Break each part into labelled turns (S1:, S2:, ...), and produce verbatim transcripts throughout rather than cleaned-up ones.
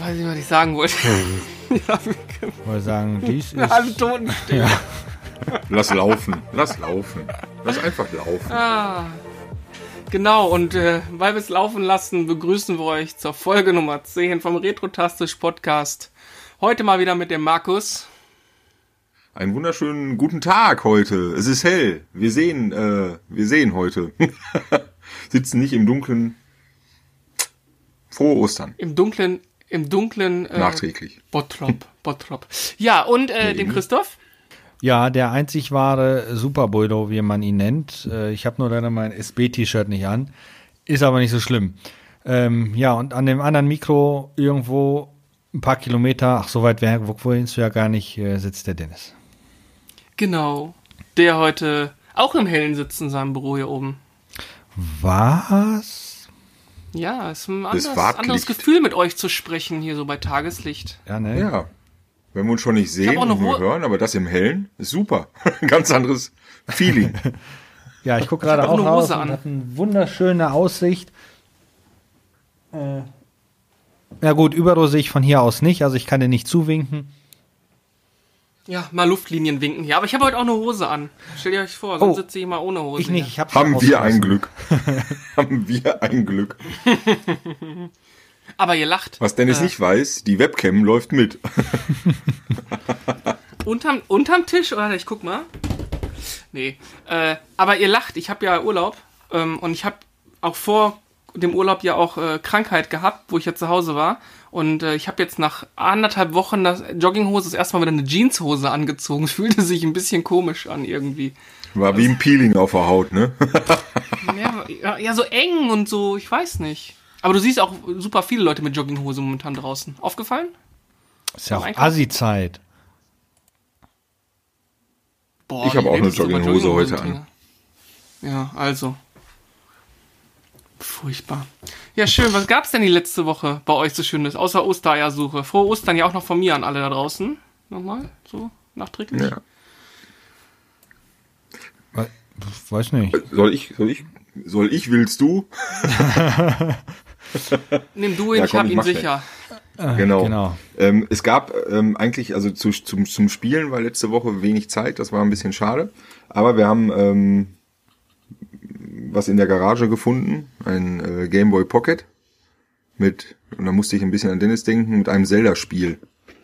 S1: weiß nicht, was ich sagen wollte.
S2: ja, ich wollte sagen, dies ist...
S1: Alle Toten stehen.
S3: Ja. Lass laufen, lass laufen. Lass einfach laufen.
S1: Ah, genau, und äh, weil wir es laufen lassen, begrüßen wir euch zur Folge Nummer zehn vom Retrotastisch Podcast. Heute mal wieder mit dem Markus.
S3: Einen wunderschönen guten Tag heute. Es ist hell. Wir sehen, äh, wir sehen heute. Sitzen nicht im Dunkeln. Frohe Ostern.
S1: Im Dunklen, im Dunklen. Äh,
S3: Nachträglich.
S1: Bottrop, Bottrop. Ja, und äh, dem Christoph.
S2: Ja, der einzig wahre Superboido, wie man ihn nennt. Äh, ich habe nur leider mein S B-T-Shirt nicht an. Ist aber nicht so schlimm. Ähm, ja, und an dem anderen Mikro irgendwo ein paar Kilometer, ach, so weit wohin es ja gar nicht, äh, sitzt der Dennis.
S1: Genau. Der heute auch im Hellen sitzt in seinem Büro hier oben.
S2: Was?
S1: Ja, ist ein anderes, anderes Gefühl, mit euch zu sprechen, hier so bei Tageslicht.
S3: Ja, ne? Ja. Wenn wir uns schon nicht sehen und nur hören, aber das im Hellen ist super. Ein ganz anderes Feeling.
S2: Ja, ich gucke gerade auch raus und habe eine wunderschöne Aussicht. Äh, ja gut, Überro sehe ich von hier aus nicht, also ich kann dir nicht zuwinken.
S1: Ja, mal Luftlinien winken hier. Aber ich habe heute auch eine Hose an. Stellt ihr euch vor, sonst oh, sitze ich mal ohne Hose.
S2: Ich nicht, ich hab's
S3: Haben wir ein Glück. Haben wir ein Glück.
S1: Aber ihr lacht.
S3: Was Dennis äh, nicht weiß, die Webcam läuft mit.
S1: unterm, unterm Tisch? Oder ich guck mal. Nee. Äh, aber ihr lacht, ich habe ja Urlaub. Ähm, und ich habe auch vor dem Urlaub ja auch äh, Krankheit gehabt, wo ich ja zu Hause war. Und äh, ich habe jetzt nach anderthalb Wochen das Jogginghose das erste Mal wieder eine Jeanshose angezogen. Es fühlte sich ein bisschen komisch an irgendwie.
S3: War wie ein Peeling auf der Haut, ne?
S1: ja, ja, so eng und so, ich weiß nicht. Aber du siehst auch super viele Leute mit Jogginghose momentan draußen. Aufgefallen?
S2: Ist ja auch Assi-Zeit.
S3: Boah, ich habe auch eine Jogginghose heute an.
S1: Ja, also. Furchtbar. Ja, schön. Was gab's denn die letzte Woche bei euch so Schönes? Außer Ostereiersuche. Frohe Ostern ja auch noch von mir an alle da draußen. Nochmal, so nachträglich.
S3: Ja.
S2: Weiß nicht.
S3: Soll ich, soll ich, soll ich, willst du?
S1: Nimm du ihn, ja, komm, ich hab ich ihn sicher.
S3: Äh, genau. genau. Ähm, es gab ähm, eigentlich, also zu, zum, zum Spielen war letzte Woche wenig Zeit, das war ein bisschen schade. Aber wir haben ähm, was in der Garage gefunden, ein äh, Game Boy Pocket mit, und da musste ich ein bisschen an Dennis denken, mit einem Zelda-Spiel.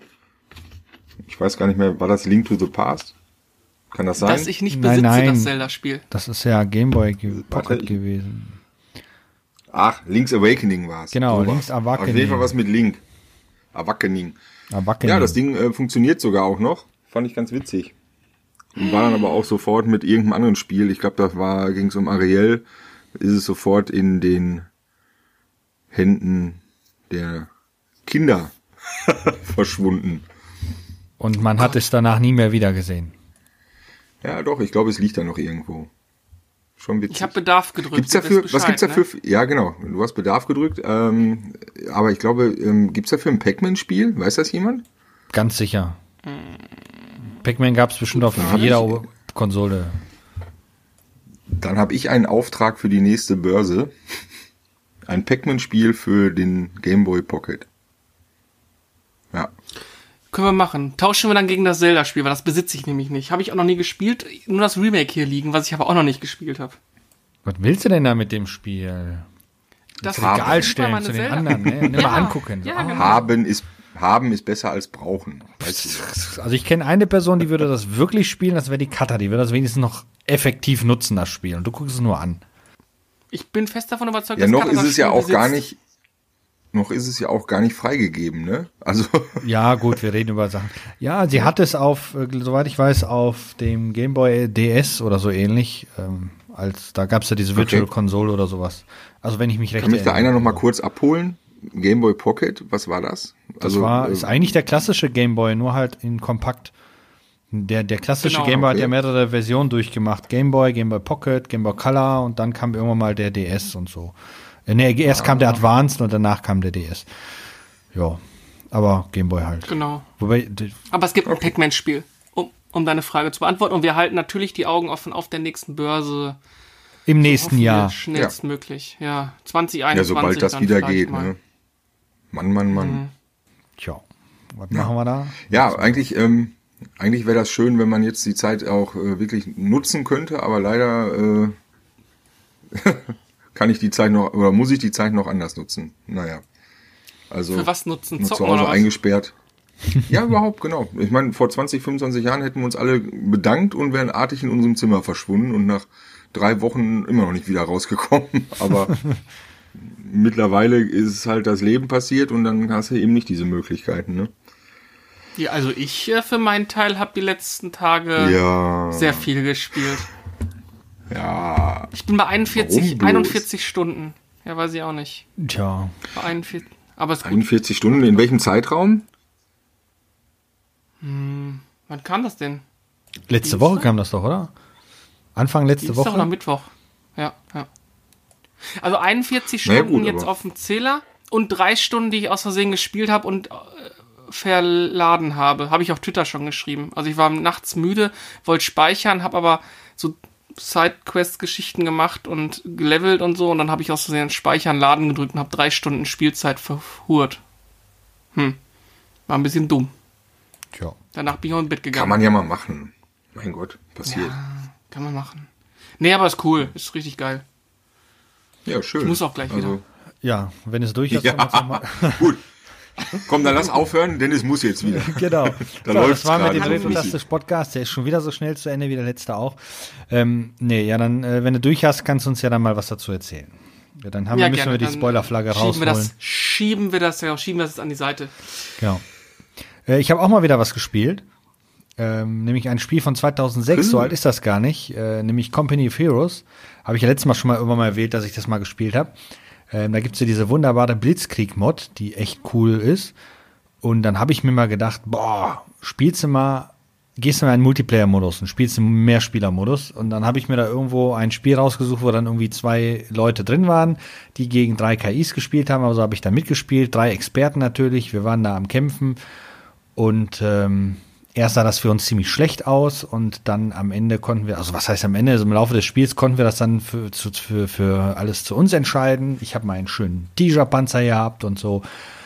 S3: Ich weiß gar nicht mehr, war das Link to the Past? Kann das sein?
S1: Dass ich nicht besitze,
S2: nein, nein.
S1: das Zelda-Spiel.
S2: Das ist ja Game Boy Pocket Warte. gewesen.
S3: Ach, Link's Awakening war es.
S2: Genau, so Link's Awakening.
S3: Auf jeden Fall was mit Link. Awakening.
S2: Awakening.
S3: Ja, das Ding äh, funktioniert sogar auch noch. Fand ich ganz witzig. Und war dann aber auch sofort mit irgendeinem anderen Spiel. Ich glaube, da war, ging es um Ariel. Ist es sofort in den Händen der Kinder verschwunden.
S2: Und man hat es danach nie mehr wieder gesehen.
S3: Ja, doch, ich glaube, es liegt da noch irgendwo. Schon witzig.
S1: Ich habe Bedarf gedrückt.
S3: Gibt's dafür, Bescheid, was gibt's dafür? Ne? Ja, genau. Du hast Bedarf gedrückt. Ähm, aber ich glaube, ähm, gibt's dafür ein Pac-Man-Spiel? Weiß das jemand?
S2: Ganz sicher. Pac-Man gab's bestimmt auf
S3: Dann
S2: jeder ich, Konsole.
S3: Dann habe ich einen Auftrag für die nächste Börse. Ein Pac-Man-Spiel für den Game Boy Pocket. Ja.
S1: Können wir machen. Tauschen wir dann gegen das Zelda-Spiel, weil das besitze ich nämlich nicht. Habe ich auch noch nie gespielt. Nur das Remake hier liegen, was ich aber auch noch nicht gespielt habe.
S2: Was willst du denn da mit dem Spiel?
S1: Das
S2: Regal stellen zu den Zelda. anderen, ne? Nimm
S1: ja,
S2: mal angucken.
S1: Ja, genau.
S3: Haben ist Haben ist besser als brauchen. Weißt
S2: du? Also ich kenne eine Person, die würde das wirklich spielen, das wäre die Katha. Die würde das wenigstens noch effektiv nutzen, das Spiel. Und du guckst es nur an.
S1: Ich bin fest davon überzeugt,
S3: ja,
S1: dass
S3: noch
S1: Katha
S3: ist es
S1: das
S3: ja
S1: Spiel
S3: auch
S1: besitzt.
S3: gar nicht. Noch ist es ja auch gar nicht freigegeben, ne? Also.
S2: Ja, gut, wir reden über Sachen. Ja, sie hat es auf, äh, soweit ich weiß, auf dem Game Boy D S oder so ähnlich. Ähm, als da gab es ja diese Virtual okay. Console oder sowas. Also wenn ich mich recht
S3: Kann mich da einer noch mal kurz abholen? Game Boy Pocket, was war das?
S2: Also, das war, äh, ist eigentlich der klassische Game Boy, nur halt in kompakt. Der, der klassische genau, Game Boy okay. hat ja mehrere Versionen durchgemacht. Game Boy, Game Boy Pocket, Game Boy Color und dann kam irgendwann mal der D S und so. Ne, erst ja, kam der Advanced und danach kam der D S. Ja, aber Game Boy halt.
S1: Genau.
S2: Wobei,
S1: aber es gibt ein Pac-Man-Spiel, um, um deine Frage zu beantworten. Und wir halten natürlich die Augen offen auf der nächsten Börse.
S2: Im nächsten Jahr.
S1: Schnellstmöglich, ja. ja. zwanzig einundzwanzig.
S3: Ja, sobald das wieder geht, mal. ne? Mann, Mann, Mann. Mhm.
S2: Tja, was ja. machen wir da?
S3: Ja, eigentlich, ähm, eigentlich wäre das schön, wenn man jetzt die Zeit auch äh, wirklich nutzen könnte, aber leider äh, kann ich die Zeit noch, oder muss ich die Zeit noch anders nutzen. Naja. Also
S1: für was nutzen?
S3: Zocken zu Hause oder eingesperrt. Ja, überhaupt, genau. Ich meine, vor zwanzig, fünfundzwanzig Jahren hätten wir uns alle bedankt und wären artig in unserem Zimmer verschwunden und nach drei Wochen immer noch nicht wieder rausgekommen. Aber mittlerweile ist es halt das Leben passiert und dann hast du eben nicht diese Möglichkeiten, ne?
S1: Ja, also ich äh, für meinen Teil habe die letzten Tage
S3: ja.
S1: sehr viel gespielt.
S3: Ja.
S1: Ich bin bei einundvierzig, einundvierzig Stunden. Ja, weiß ich auch nicht.
S2: Tja.
S1: Bei einundvierzig. Aber es ist gut.
S3: einundvierzig Stunden, in welchem Zeitraum?
S1: Hm, wann kam das denn?
S2: Letzte Dienstag? Woche kam das doch, oder? Anfang letzte
S1: Dienstag
S2: Woche?
S1: Oder Mittwoch. Ja, ja. Also einundvierzig Stunden naja, gut, jetzt auf dem Zähler und drei Stunden, die ich aus Versehen gespielt habe und äh, verladen habe. Habe ich auf Twitter schon geschrieben. Also ich war nachts müde, wollte speichern, habe aber so Sidequest-Geschichten gemacht und gelevelt und so und dann habe ich aus Versehen Speichern, Laden gedrückt und habe drei Stunden Spielzeit verhurt. Hm. War ein bisschen dumm.
S2: Ja.
S1: Danach bin ich auch ins Bett gegangen.
S3: Kann man ja mal machen. Mein Gott, passiert.
S1: Ja, kann man machen. Nee, aber ist cool. Ist richtig geil.
S3: Ja, schön.
S1: Ich muss auch gleich
S2: also,
S1: wieder.
S2: Ja, wenn es durch ist,
S3: ja,
S2: dann mal.
S3: Gut. Komm, dann lass aufhören, denn es muss jetzt wieder.
S2: Genau.
S3: Da
S2: so,
S3: läuft's
S2: das war mit dem
S3: so
S2: Retrotastisch Podcast. Der ist schon wieder so schnell zu Ende wie der letzte auch. Ähm, nee, ja, dann, äh, wenn du durch hast, kannst du uns ja dann mal was dazu erzählen. Ja, dann haben
S1: ja,
S2: wir, müssen
S1: gerne.
S2: wir die Spoilerflagge
S1: schieben
S2: rausholen.
S1: Wir das, schieben wir das ja, schieben wir das an die Seite.
S2: Genau. Äh, ich habe auch mal wieder was gespielt. Ähm, nämlich ein Spiel von zweitausendsechs, so alt ist das gar nicht, äh, nämlich Company of Heroes. Habe ich ja letztes Mal schon mal irgendwann mal erwähnt, dass ich das mal gespielt habe. Ähm, da gibt's ja diese wunderbare Blitzkrieg-Mod, die echt cool ist. Und dann habe ich mir mal gedacht, boah, spielst du mal, gehst du mal in einen Multiplayer-Modus und spielst einen Mehrspieler-Modus. Und dann habe ich mir da irgendwo ein Spiel rausgesucht, wo dann irgendwie zwei Leute drin waren, die gegen drei K Is gespielt haben. Also habe ich da mitgespielt, drei Experten natürlich. Wir waren da am Kämpfen. Und ähm, erst sah das für uns ziemlich schlecht aus. Und dann am Ende konnten wir, also was heißt am Ende, also im Laufe des Spiels konnten wir das dann für, für, für alles zu uns entscheiden. Ich habe mal einen schönen Tiger-Panzer gehabt und so.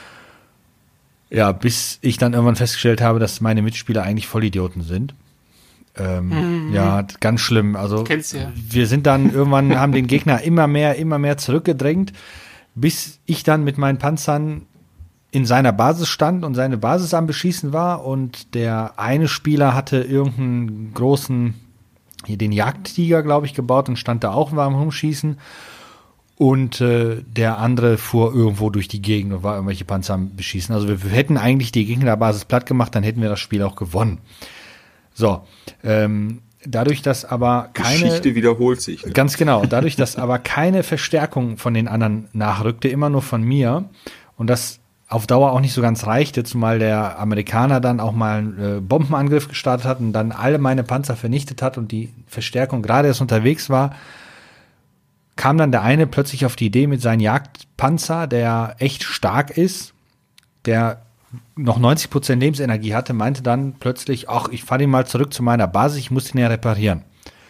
S2: Ja, bis ich dann irgendwann festgestellt habe, dass meine Mitspieler eigentlich Vollidioten sind. Ähm, mhm. Ja, ganz schlimm. Also
S1: Kennst du ja.
S2: Wir sind dann irgendwann, haben den Gegner immer mehr, immer mehr zurückgedrängt, bis ich dann mit meinen Panzern in seiner Basis stand und seine Basis am Beschießen war und der eine Spieler hatte irgendeinen großen, hier den Jagdtiger, glaube ich, gebaut und stand da auch am Rumschießen. Und äh, der andere fuhr irgendwo durch die Gegend und war irgendwelche Panzer am Beschießen. Also wir, wir hätten eigentlich die Gegnerbasis platt gemacht, dann hätten wir das Spiel auch gewonnen. So, ähm, dadurch, dass aber keine...
S3: Geschichte wiederholt sich. Ne?
S2: Ganz genau. Dadurch, dass aber keine Verstärkung von den anderen nachrückte, immer nur von mir und das auf Dauer auch nicht so ganz reichte, zumal der Amerikaner dann auch mal einen äh, Bombenangriff gestartet hat und dann alle meine Panzer vernichtet hat und die Verstärkung gerade erst unterwegs war, kam dann der eine plötzlich auf die Idee mit seinem Jagdpanzer, der echt stark ist, der noch neunzig Prozent Lebensenergie hatte, meinte dann plötzlich, ach, ich fahre ihn mal zurück zu meiner Basis, ich muss den ja reparieren.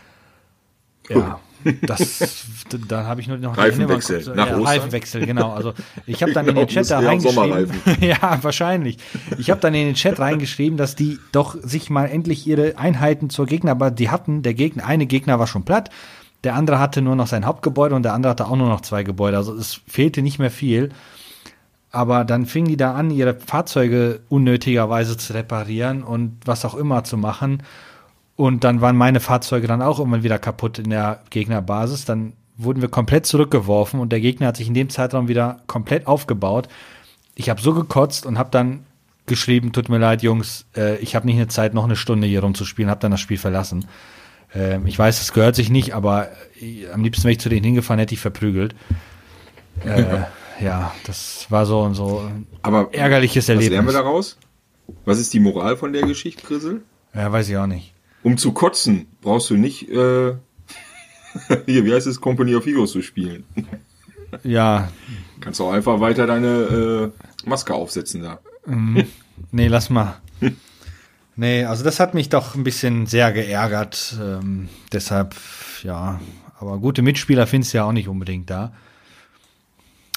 S2: Ja, das, da habe ich nur noch...
S3: Reifenwechsel,
S2: so,
S3: nach
S2: ja,
S3: Ostern.
S2: Reifenwechsel, genau. Also ich habe dann in den Chat da reingeschrieben... ja, wahrscheinlich. Ich habe dann in den Chat reingeschrieben, dass die doch sich mal endlich ihre Einheiten zur Gegner... Aber die hatten, der Gegner, eine Gegner war schon platt, der andere hatte nur noch sein Hauptgebäude und der andere hatte auch nur noch zwei Gebäude. Also es fehlte nicht mehr viel. Aber dann fingen die da an, ihre Fahrzeuge unnötigerweise zu reparieren und was auch immer zu machen. Und dann waren meine Fahrzeuge dann auch irgendwann wieder kaputt in der Gegnerbasis. Dann wurden wir komplett zurückgeworfen und der Gegner hat sich in dem Zeitraum wieder komplett aufgebaut. Ich habe so gekotzt und habe dann geschrieben, tut mir leid, Jungs, äh, ich habe nicht eine Zeit, noch eine Stunde hier rumzuspielen, habe dann das Spiel verlassen. Ähm, ich weiß, das gehört sich nicht, aber äh, am liebsten wäre ich zu denen hingefahren, hätte ich verprügelt. Äh, ja, das war so und so ein
S3: aber
S2: ärgerliches Erlebnis.
S3: Was lernen wir daraus? Was ist die Moral von der Geschichte, Grissel?
S2: Ja, weiß ich auch nicht.
S3: Um zu kotzen, brauchst du nicht, äh, hier, wie heißt es, Company of Heroes zu spielen.
S2: Ja.
S3: Kannst auch einfach weiter deine äh, Maske aufsetzen da.
S2: Mhm. Nee, lass mal. Nee, also das hat mich doch ein bisschen sehr geärgert. Ähm, deshalb, ja, aber gute Mitspieler findest du ja auch nicht unbedingt da.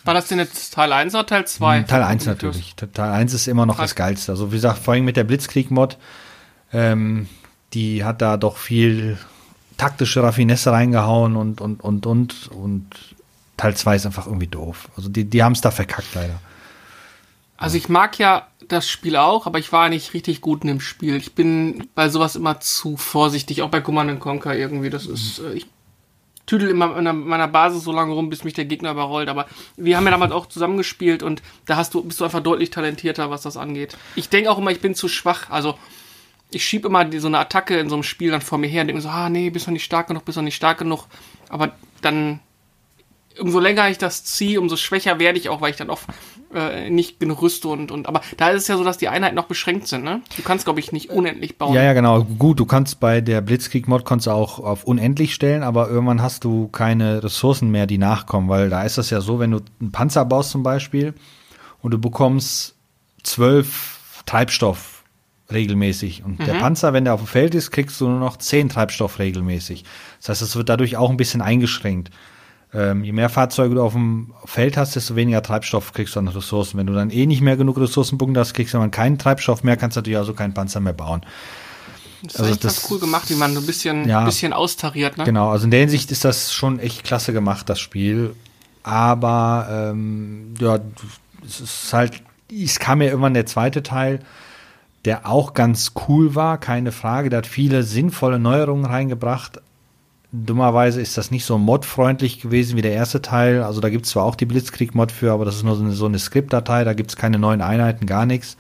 S1: War das denn jetzt Teil eins oder Teil zwei?
S2: Teil eins natürlich. Teil eins ist immer noch Krass. das Geilste. Also wie gesagt, vor allem mit der Blitzkrieg-Mod, ähm, die hat da doch viel taktische Raffinesse reingehauen und, und, und, und, und Teil zwei ist einfach irgendwie doof. Also die, die haben es da verkackt leider.
S1: Also ich mag ja das Spiel auch, aber ich war nicht richtig gut in dem Spiel. Ich bin bei sowas immer zu vorsichtig, auch bei Command and Conquer irgendwie. Das ist, äh, ich tüdel immer in meiner Basis so lange rum, bis mich der Gegner überrollt. Aber wir haben ja damals auch zusammengespielt und da hast du, bist du einfach deutlich talentierter, was das angeht. Ich denke auch immer, ich bin zu schwach. Also ich schiebe immer die, so eine Attacke in so einem Spiel dann vor mir her und denke mir so, ah nee, bist du nicht stark genug, bist du nicht stark genug. Aber dann, umso länger ich das ziehe, umso schwächer werde ich auch, weil ich dann oft äh, nicht genug rüste und, und aber da ist es ja so, dass die Einheiten noch beschränkt sind, ne? Du kannst, glaube ich, nicht unendlich bauen.
S2: Ja, ja, genau. Gut, du kannst bei der Blitzkrieg-Mod kannst du auch auf unendlich stellen, aber irgendwann hast du keine Ressourcen mehr, die nachkommen, weil da ist das ja so, wenn du einen Panzer baust zum Beispiel und du bekommst zwölf Treibstoff regelmäßig und mhm. der Panzer, wenn der auf dem Feld ist, kriegst du nur noch zehn Treibstoff regelmäßig. Das heißt, es wird dadurch auch ein bisschen eingeschränkt. Ähm, je mehr Fahrzeuge du auf dem Feld hast, desto weniger Treibstoff kriegst du an Ressourcen. Wenn du dann eh nicht mehr genug Ressourcenpunkte hast, kriegst du dann keinen Treibstoff mehr, kannst du natürlich also keinen Panzer mehr bauen.
S1: Das ist also echt das, ganz cool gemacht, wie man so ein bisschen, ja, bisschen austariert, ne?
S2: Genau, also in der Hinsicht ist das schon echt klasse gemacht, das Spiel. Aber ähm, ja, es ist halt, es kam ja irgendwann der zweite Teil, der auch ganz cool war, keine Frage. Der hat viele sinnvolle Neuerungen reingebracht. Dummerweise ist das nicht so modfreundlich gewesen wie der erste Teil. Also da gibt es zwar auch die Blitzkrieg-Mod für, aber das ist nur so eine, so eine Skriptdatei, da gibt es keine neuen Einheiten, gar nichts.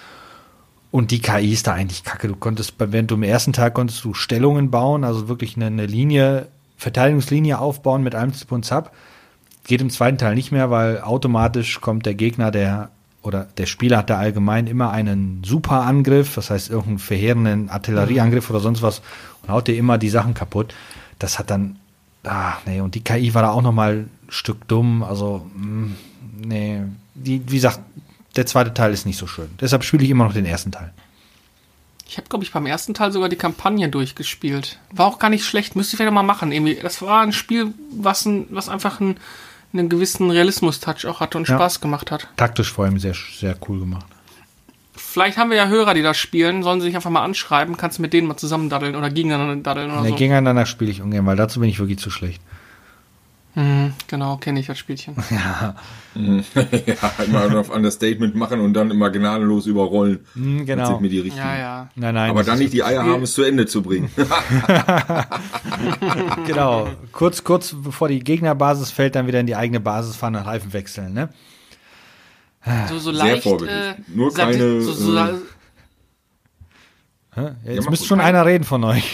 S2: Und die K I ist da eigentlich kacke. Du konntest, während du im ersten Teil konntest du Stellungen bauen, also wirklich eine, eine Linie, Verteidigungslinie aufbauen mit einem Zip und Zap. Geht im zweiten Teil nicht mehr, weil automatisch kommt der Gegner, der oder der Spieler hat da allgemein immer einen Superangriff, das heißt irgendeinen verheerenden Artillerieangriff oder sonst was und haut dir immer die Sachen kaputt. Das hat dann, ah, nee, und die K I war da auch nochmal ein Stück dumm, also, mh, nee, die, wie gesagt, der zweite Teil ist nicht so schön. Deshalb spiele ich immer noch den ersten Teil.
S1: Ich habe, glaube ich, beim ersten Teil sogar die Kampagne durchgespielt. War auch gar nicht schlecht, müsste ich vielleicht mal machen. Irgendwie. Das war ein Spiel, was, ein, was einfach ein, einen gewissen Realismus-Touch auch hatte und ja. Spaß gemacht hat.
S2: Taktisch vor allem sehr, sehr cool gemacht.
S1: Vielleicht haben wir ja Hörer, die das spielen, sollen sie sich einfach mal anschreiben, kannst du mit denen mal zusammen daddeln oder gegeneinander daddeln oder
S2: nee,
S1: so.
S2: Gegeneinander spiele ich ungern, weil dazu bin ich wirklich zu schlecht.
S1: Mhm, genau, kenne ich das Spielchen.
S2: Ja.
S3: Ja, immer auf Understatement machen und dann immer gnadenlos überrollen.
S2: Mhm, genau. Das sind
S3: mir die richtigen.
S1: Ja, ja.
S2: Nein, nein,
S3: aber dann nicht die Eier haben, es zu Ende zu bringen.
S2: Genau. Kurz, kurz bevor die Gegnerbasis fällt, dann wieder in die eigene Basis fahren und Reifen wechseln, ne?
S1: So, so leicht.
S3: Äh, Nur keine.
S1: So, so,
S3: äh,
S2: ja, jetzt ja, müsste schon einer reden von euch.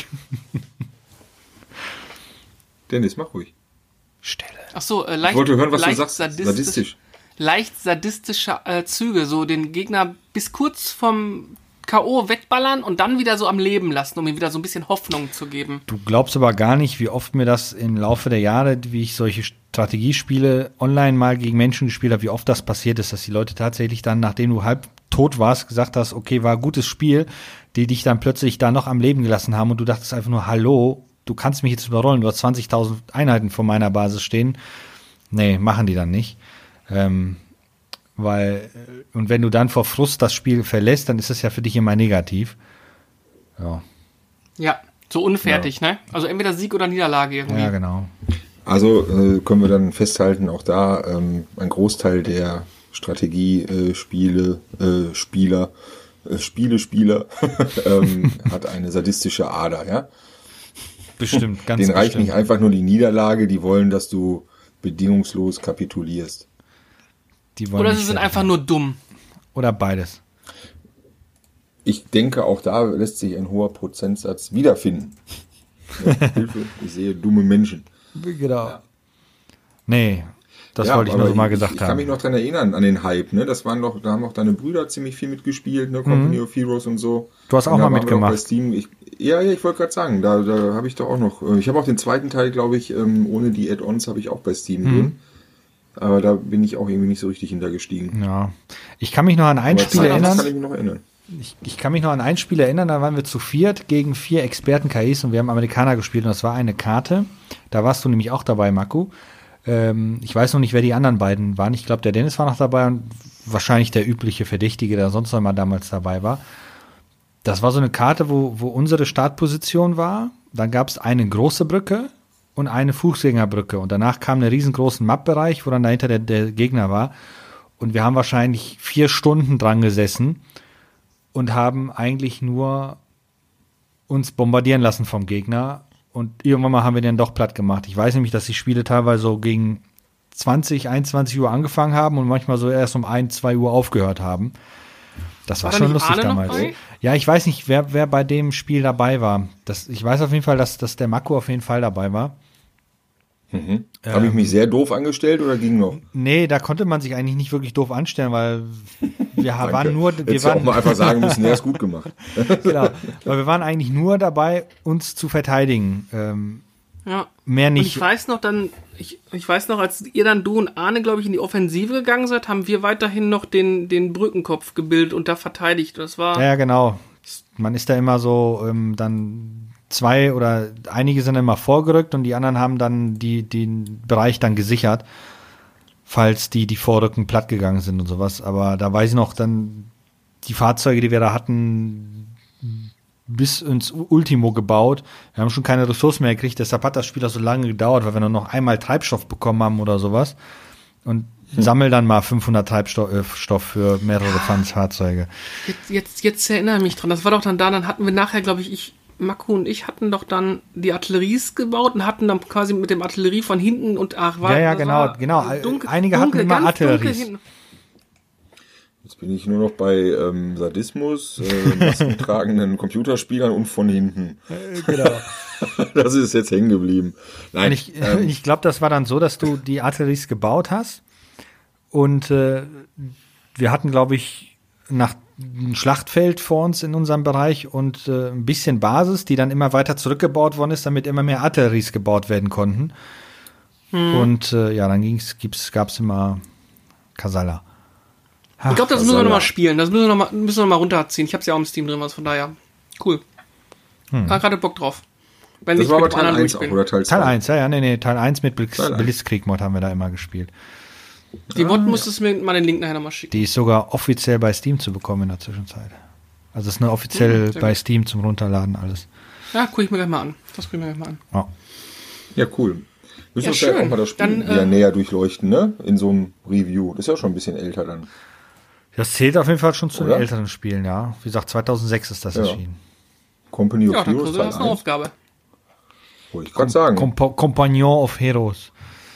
S3: Dennis, mach ruhig.
S2: Stille.
S1: Ach so, äh, leicht.
S3: Ich wollte hören, was
S1: leicht
S3: du sagst.
S1: Sadistisch.
S3: Sadistisch.
S1: Leicht sadistische äh, Züge, so den Gegner bis kurz vom K O wegballern und dann wieder so am Leben lassen, um ihm wieder so ein bisschen Hoffnung zu geben.
S2: Du glaubst aber gar nicht, wie oft mir das im Laufe der Jahre, wie ich solche Strategiespiele online mal gegen Menschen gespielt habe, wie oft das passiert ist, dass die Leute tatsächlich dann, nachdem du halb tot warst, gesagt hast, okay, war ein gutes Spiel, die dich dann plötzlich da noch am Leben gelassen haben und du dachtest einfach nur, hallo, du kannst mich jetzt überrollen, du hast zwanzigtausend Einheiten vor meiner Basis stehen. Nee, machen die dann nicht. Ähm, weil, und wenn du dann vor Frust das Spiel verlässt, dann ist es ja für dich immer negativ. Ja.
S1: Ja, so unfertig, ja. Ne? Also entweder Sieg oder Niederlage irgendwie.
S2: Ja, genau.
S3: Also äh, können wir dann festhalten, auch da ähm, ein Großteil der Strategiespiele, äh, Spieler, äh, Spiele, Spieler ähm, hat eine sadistische Ader, ja?
S2: Bestimmt, ganz
S3: Denen reicht
S2: bestimmt.
S3: nicht einfach nur die Niederlage, die wollen, dass du bedingungslos kapitulierst.
S2: Die wollen
S1: oder sie
S2: nicht
S1: sind
S2: fertig.
S1: einfach nur dumm.
S2: Oder beides.
S3: Ich denke, auch da lässt sich ein hoher Prozentsatz wiederfinden. Ja, Hilfe, ich sehe dumme Menschen.
S2: Genau. Ja. Nee, das
S3: ja,
S2: wollte ich nur mal gesagt
S3: ich,
S2: haben.
S3: Ich kann mich noch dran erinnern, an den Hype, ne? Das waren doch, da haben auch deine Brüder ziemlich viel mitgespielt, ne? Company mhm. of Heroes und so.
S2: Du hast auch mal mitgemacht.
S3: Bei Steam, ich, ja, ja, ich wollte gerade sagen, da, da habe ich doch auch noch, ich habe auch den zweiten Teil, glaube ich, ohne die Add-ons habe ich auch bei Steam mhm. drin. Aber da bin ich auch irgendwie nicht so richtig hintergestiegen.
S2: Ja. Ich kann mich noch an ein
S3: Aber
S2: Spiel erinnern.
S3: Das kann ich mich noch erinnern.
S2: Ich, ich kann mich noch an ein Spiel erinnern, da waren wir zu viert gegen vier Experten-K Is und wir haben Amerikaner gespielt und das war eine Karte. Da warst du nämlich auch dabei, Marco. Ähm, ich weiß noch nicht, wer die anderen beiden waren. Ich glaube, der Dennis war noch dabei und wahrscheinlich der übliche Verdächtige, der sonst noch mal damals dabei war. Das war so eine Karte, wo, wo unsere Startposition war. Dann gab es eine große Brücke und eine Fußgängerbrücke. Und danach kam ein riesengroßen Map-Bereich, wo dann dahinter der, der Gegner war. Und wir haben wahrscheinlich vier Stunden dran gesessen und haben eigentlich nur uns bombardieren lassen vom Gegner. Und irgendwann mal haben wir den doch platt gemacht. Ich weiß nämlich, dass die Spiele teilweise so gegen zwanzig, einundzwanzig Uhr angefangen haben und manchmal so erst um ein, zwei Uhr aufgehört haben. Das war, war schon lustig damals. Ja, ich weiß nicht, wer, wer bei dem Spiel dabei war. Das, ich weiß auf jeden Fall, dass, dass der Mako auf jeden Fall dabei war.
S3: Mhm. Ähm, Habe ich mich sehr doof angestellt oder ging noch?
S2: Nee, da konnte man sich eigentlich nicht wirklich doof anstellen, weil wir waren nur... Wir
S3: Hättest
S2: waren
S3: auch mal einfach sagen müssen, der ist gut gemacht.
S2: Genau, weil wir waren eigentlich nur dabei, uns zu verteidigen. Ähm,
S1: ja.
S2: Mehr nicht.
S1: Und ich weiß noch dann, ich, ich weiß noch, als ihr dann, du und Arne, glaube ich, in die Offensive gegangen seid, haben wir weiterhin noch den, den Brückenkopf gebildet und da verteidigt. Das war...
S2: Ja, genau. Man ist da immer so ähm, dann... Zwei oder einige sind immer vorgerückt und die anderen haben dann die, den Bereich dann gesichert, falls die, die Vorrücken platt gegangen sind und sowas. Aber da weiß ich noch, dann die Fahrzeuge, die wir da hatten, bis ins Ultimo gebaut. Wir haben schon keine Ressourcen mehr gekriegt, deshalb hat das Spiel auch so lange gedauert, weil wir nur noch einmal Treibstoff bekommen haben oder sowas. Und hm. sammel dann mal fünfhundert Treibstoff für mehrere ja. Fahrzeuge.
S1: Jetzt, jetzt, jetzt erinnere ich mich dran. Das war doch dann da, dann hatten wir nachher, glaube ich, ich Mako und ich hatten doch dann die Artilleries gebaut und hatten dann quasi mit dem Artillerie von hinten und ach, war,
S2: ja, ja, genau, genau.
S1: Dunkel,
S2: Einige
S1: dunkel,
S2: hatten immer Artilleries.
S3: Jetzt bin ich nur noch bei ähm, Sadismus, äh, maskentragenden Computerspielern und von hinten.
S2: Genau.
S3: Das ist jetzt hängen geblieben. Nein,
S2: ich ähm, ich glaube, das war dann so, dass du die Artilleries gebaut hast und äh, wir hatten, glaube ich, nach ein Schlachtfeld vor uns in unserem Bereich und äh, ein bisschen Basis, die dann immer weiter zurückgebaut worden ist, damit immer mehr Artilleries gebaut werden konnten. Hm. Und äh, ja, dann ging's, gibt's, gab's immer Kasala.
S1: Ach, ich glaube, das Kasala. müssen wir nochmal spielen. Das müssen wir nochmal müssen wir noch mal runterziehen. Ich habe es ja auch im Steam drin, was von daher. Cool. Hm. Hab gerade Bock drauf.
S3: Wenn das war aber Teil eins auch, oder Teil zwei?
S2: Teil eins, ja, ja, nee, nee, Teil eins mit Blitzkrieg-Mod haben wir da immer gespielt.
S1: Die Mod ah, musstest du mir mal den Link nachher nochmal schicken.
S2: Die ist sogar offiziell bei Steam zu bekommen in der Zwischenzeit. Also ist eine offiziell ja, bei gut. Steam zum Runterladen alles.
S1: Ja, gucke ich mir gleich mal an. Das gucke ich mir gleich mal an.
S2: Oh.
S3: Ja, cool. Müssen
S1: ja,
S3: wir vielleicht auch mal das Spiel
S1: dann,
S3: wieder
S1: äh,
S3: näher durchleuchten, ne? In so einem Review. Das ist ja schon ein bisschen älter dann.
S2: Das zählt auf jeden Fall schon zu den älteren Spielen, ja. Wie gesagt, zweitausendsechs ist das ja. erschienen.
S3: Company of
S1: ja,
S3: Heroes.
S1: Ja, das ist eine Aufgabe.
S3: Wollte ich gerade sagen.
S2: Comp- Compagnon of Heroes.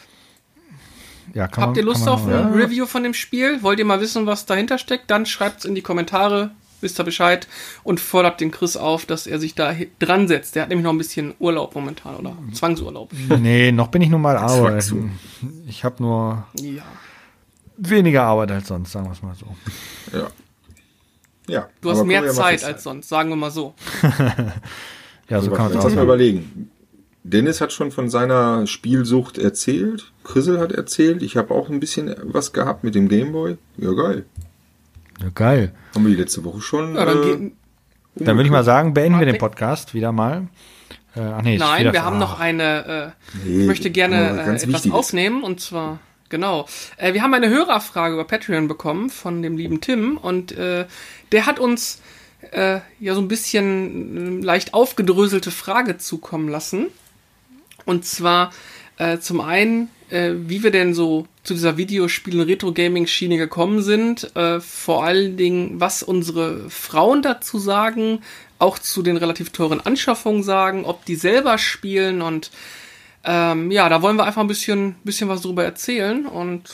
S2: Ja, kann
S1: Habt
S2: man,
S1: ihr Lust
S2: man
S1: auf ein ja. Review von dem Spiel? Wollt ihr mal wissen, was dahinter steckt? Dann schreibt es in die Kommentare, wisst ihr Bescheid und fordert den Chris auf, dass er sich da dran setzt. Der hat nämlich noch ein bisschen Urlaub momentan oder Zwangsurlaub.
S2: Nee, noch bin ich nur mal arbeiten. Ich habe nur
S1: ja.
S2: weniger Arbeit als sonst, sagen wir es mal so.
S3: Ja. ja.
S1: Du hast mehr Zeit als sonst, sagen wir mal so.
S2: Ja, so, so kann man
S3: es auch mal überlegen. Dennis hat schon von seiner Spielsucht erzählt. Chrisel hat erzählt. Ich habe auch ein bisschen was gehabt mit dem Gameboy. Ja, geil.
S2: Ja, geil.
S3: Haben wir die letzte Woche schon.
S1: Ja, dann
S3: äh,
S1: geht,
S2: dann würde ich mal sagen, beenden wir den Podcast wieder mal. Äh, ach nee,
S1: Nein,
S2: wieder
S1: wir haben
S2: ah.
S1: noch eine, äh,
S3: nee,
S1: ich möchte gerne äh, etwas
S3: Wichtiges.
S1: aufnehmen und zwar, genau, äh, wir haben eine Hörerfrage über Patreon bekommen von dem lieben Tim und äh, der hat uns äh, ja so ein bisschen äh, leicht aufgedröselte Frage zukommen lassen. Und zwar äh, zum einen, äh, wie wir denn so zu dieser Videospielen Retro-Gaming-Schiene gekommen sind. Äh, vor allen Dingen, was unsere Frauen dazu sagen, auch zu den relativ teuren Anschaffungen sagen, ob die selber spielen. Und ähm, ja, da wollen wir einfach ein bisschen, bisschen was drüber erzählen und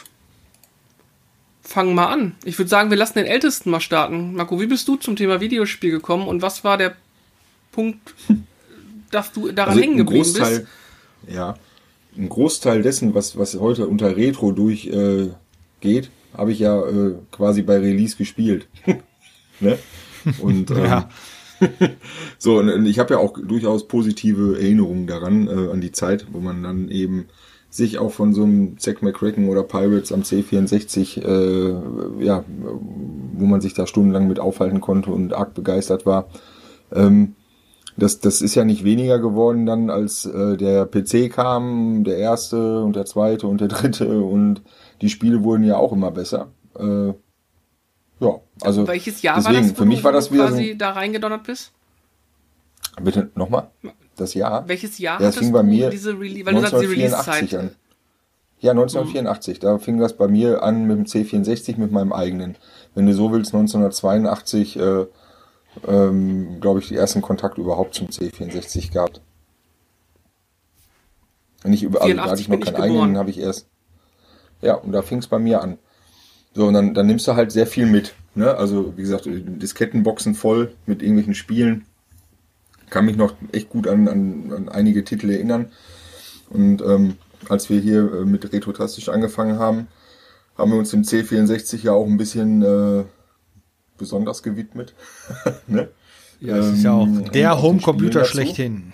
S1: fangen mal an. Ich würde sagen, wir lassen den Ältesten mal starten. Marco, wie bist du zum Thema Videospiel gekommen und was war der Punkt, dass du daran
S3: also
S1: hängen geblieben bist?
S3: Ja, ein Großteil dessen, was, was heute unter Retro durchgeht, äh, geht, habe ich ja äh, quasi bei Release gespielt. Ne? Und ähm, ja. so, und ich habe ja auch durchaus positive Erinnerungen daran, äh, an die Zeit, wo man dann eben sich auch von so einem Zack McCracken oder Pirates am C vierundsechzig, äh, ja, wo man sich da stundenlang mit aufhalten konnte und arg begeistert war, ähm, das, das ist ja nicht weniger geworden dann, als äh, der P C kam, der erste und der zweite und der dritte und die Spiele wurden ja auch immer besser. Äh, ja, also
S1: welches Jahr
S3: deswegen,
S1: war das, wo
S3: für mich
S1: du,
S3: war das wieder
S1: quasi
S3: so,
S1: da reingedonnert bist?
S3: Bitte nochmal? Das Jahr?
S1: Welches Jahr
S3: ja, das fing bei mir
S1: diese Rele- weil du sagst, die
S3: neunzehnhundertvierundachtzig
S1: Release-Zeit?
S3: an. Ja, neunzehnhundertvierundachtzig, da fing das bei mir an mit dem C vierundsechzig, mit meinem eigenen. Wenn du so willst, neunzehnhundertzweiundachtzig, äh, ähm, glaube ich, die ersten Kontakt überhaupt zum C vierundsechzig gehabt. Nicht über, also da hatte ich noch keinen eigenen, den habe ich erst. Ja, und da fing es bei mir an. So, und dann, dann nimmst du halt sehr viel mit. Ne? Also, wie gesagt, Diskettenboxen voll mit irgendwelchen Spielen. Kann mich noch echt gut an, an, an einige Titel erinnern. Und ähm, als wir hier äh, mit Retrotastisch angefangen haben, haben wir uns dem C vierundsechzig ja auch ein bisschen äh, besonders gewidmet. Ne?
S2: Ja, es ähm, ist ja auch der Homecomputer schlechthin.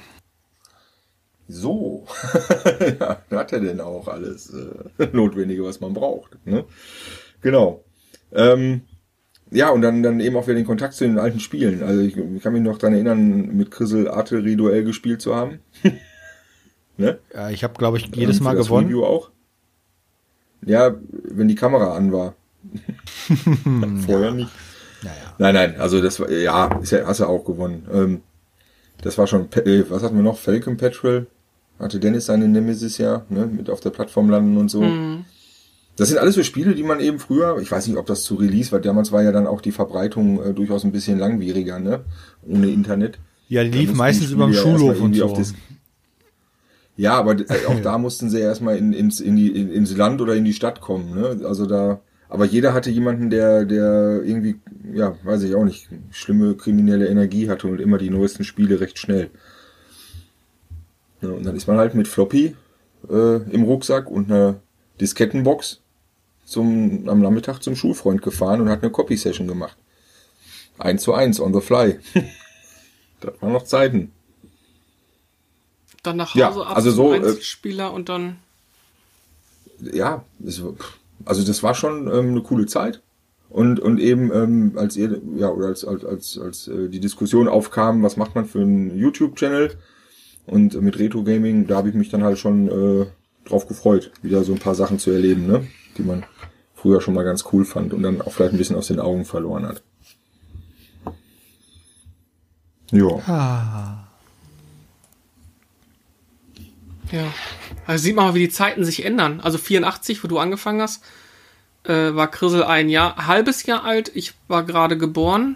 S3: So, ja, da hat er denn auch alles äh, Notwendige, was man braucht. Ne? Genau. Ähm, ja, und dann, dann eben auch wieder den Kontakt zu den alten Spielen. Also ich, ich kann mich noch daran erinnern, mit Chrisel Artillerie-Duell gespielt zu haben. Ne?
S2: Ja, ich habe, glaube ich, jedes Mal
S3: das
S2: gewonnen.
S3: Review auch. Ja, wenn die Kamera an war. Vorher nicht.
S2: Naja.
S3: Nein, nein, also das war, ja, ist ja, hast du auch gewonnen. Ähm, das war schon, äh, was hatten wir noch? Falcon Petrol. Hatte Dennis seine Nemesis ja, ne, mit auf der Plattform landen und so. Mhm. Das sind alles so Spiele, die man eben früher, ich weiß nicht, ob das zu Release war, damals war ja dann auch die Verbreitung äh, durchaus ein bisschen langwieriger, ne, ohne Internet.
S2: Ja, die lief meistens über dem Schulhof und so.
S3: Das, ja, aber äh, auch da mussten sie erstmal in, ins, in die, in, ins Land oder in die Stadt kommen, ne, also da, aber jeder hatte jemanden, der, der irgendwie, ja, weiß ich auch nicht, schlimme kriminelle Energie hatte und immer die neuesten Spiele recht schnell. Ja, und dann ist man halt mit Floppy äh, im Rucksack und einer Diskettenbox zum, am Nachmittag zum Schulfreund gefahren und hat eine Copy-Session gemacht. Eins zu eins, on the fly. Das waren noch Zeiten.
S1: Dann nach Hause
S3: ja,
S1: ab
S3: also
S1: zum
S3: so,
S1: Einzelspieler äh, und dann...
S3: Ja, das, also das war schon ähm, eine coole Zeit. Und, und eben, ähm, als ihr, ja, oder als, als, als, als äh, die Diskussion aufkam, was macht man für einen YouTube-Channel? Und mit Retro Gaming, da habe ich mich dann halt schon äh, drauf gefreut, wieder so ein paar Sachen zu erleben, ne, die man früher schon mal ganz cool fand und dann auch vielleicht ein bisschen aus den Augen verloren hat. Ja.
S2: Ah.
S1: Ja. Also sieht man mal, wie die Zeiten sich ändern. Also vierundachtzig, wo du angefangen hast, äh, war Chrisel ein Jahr, ein halbes Jahr alt. Ich war gerade geboren.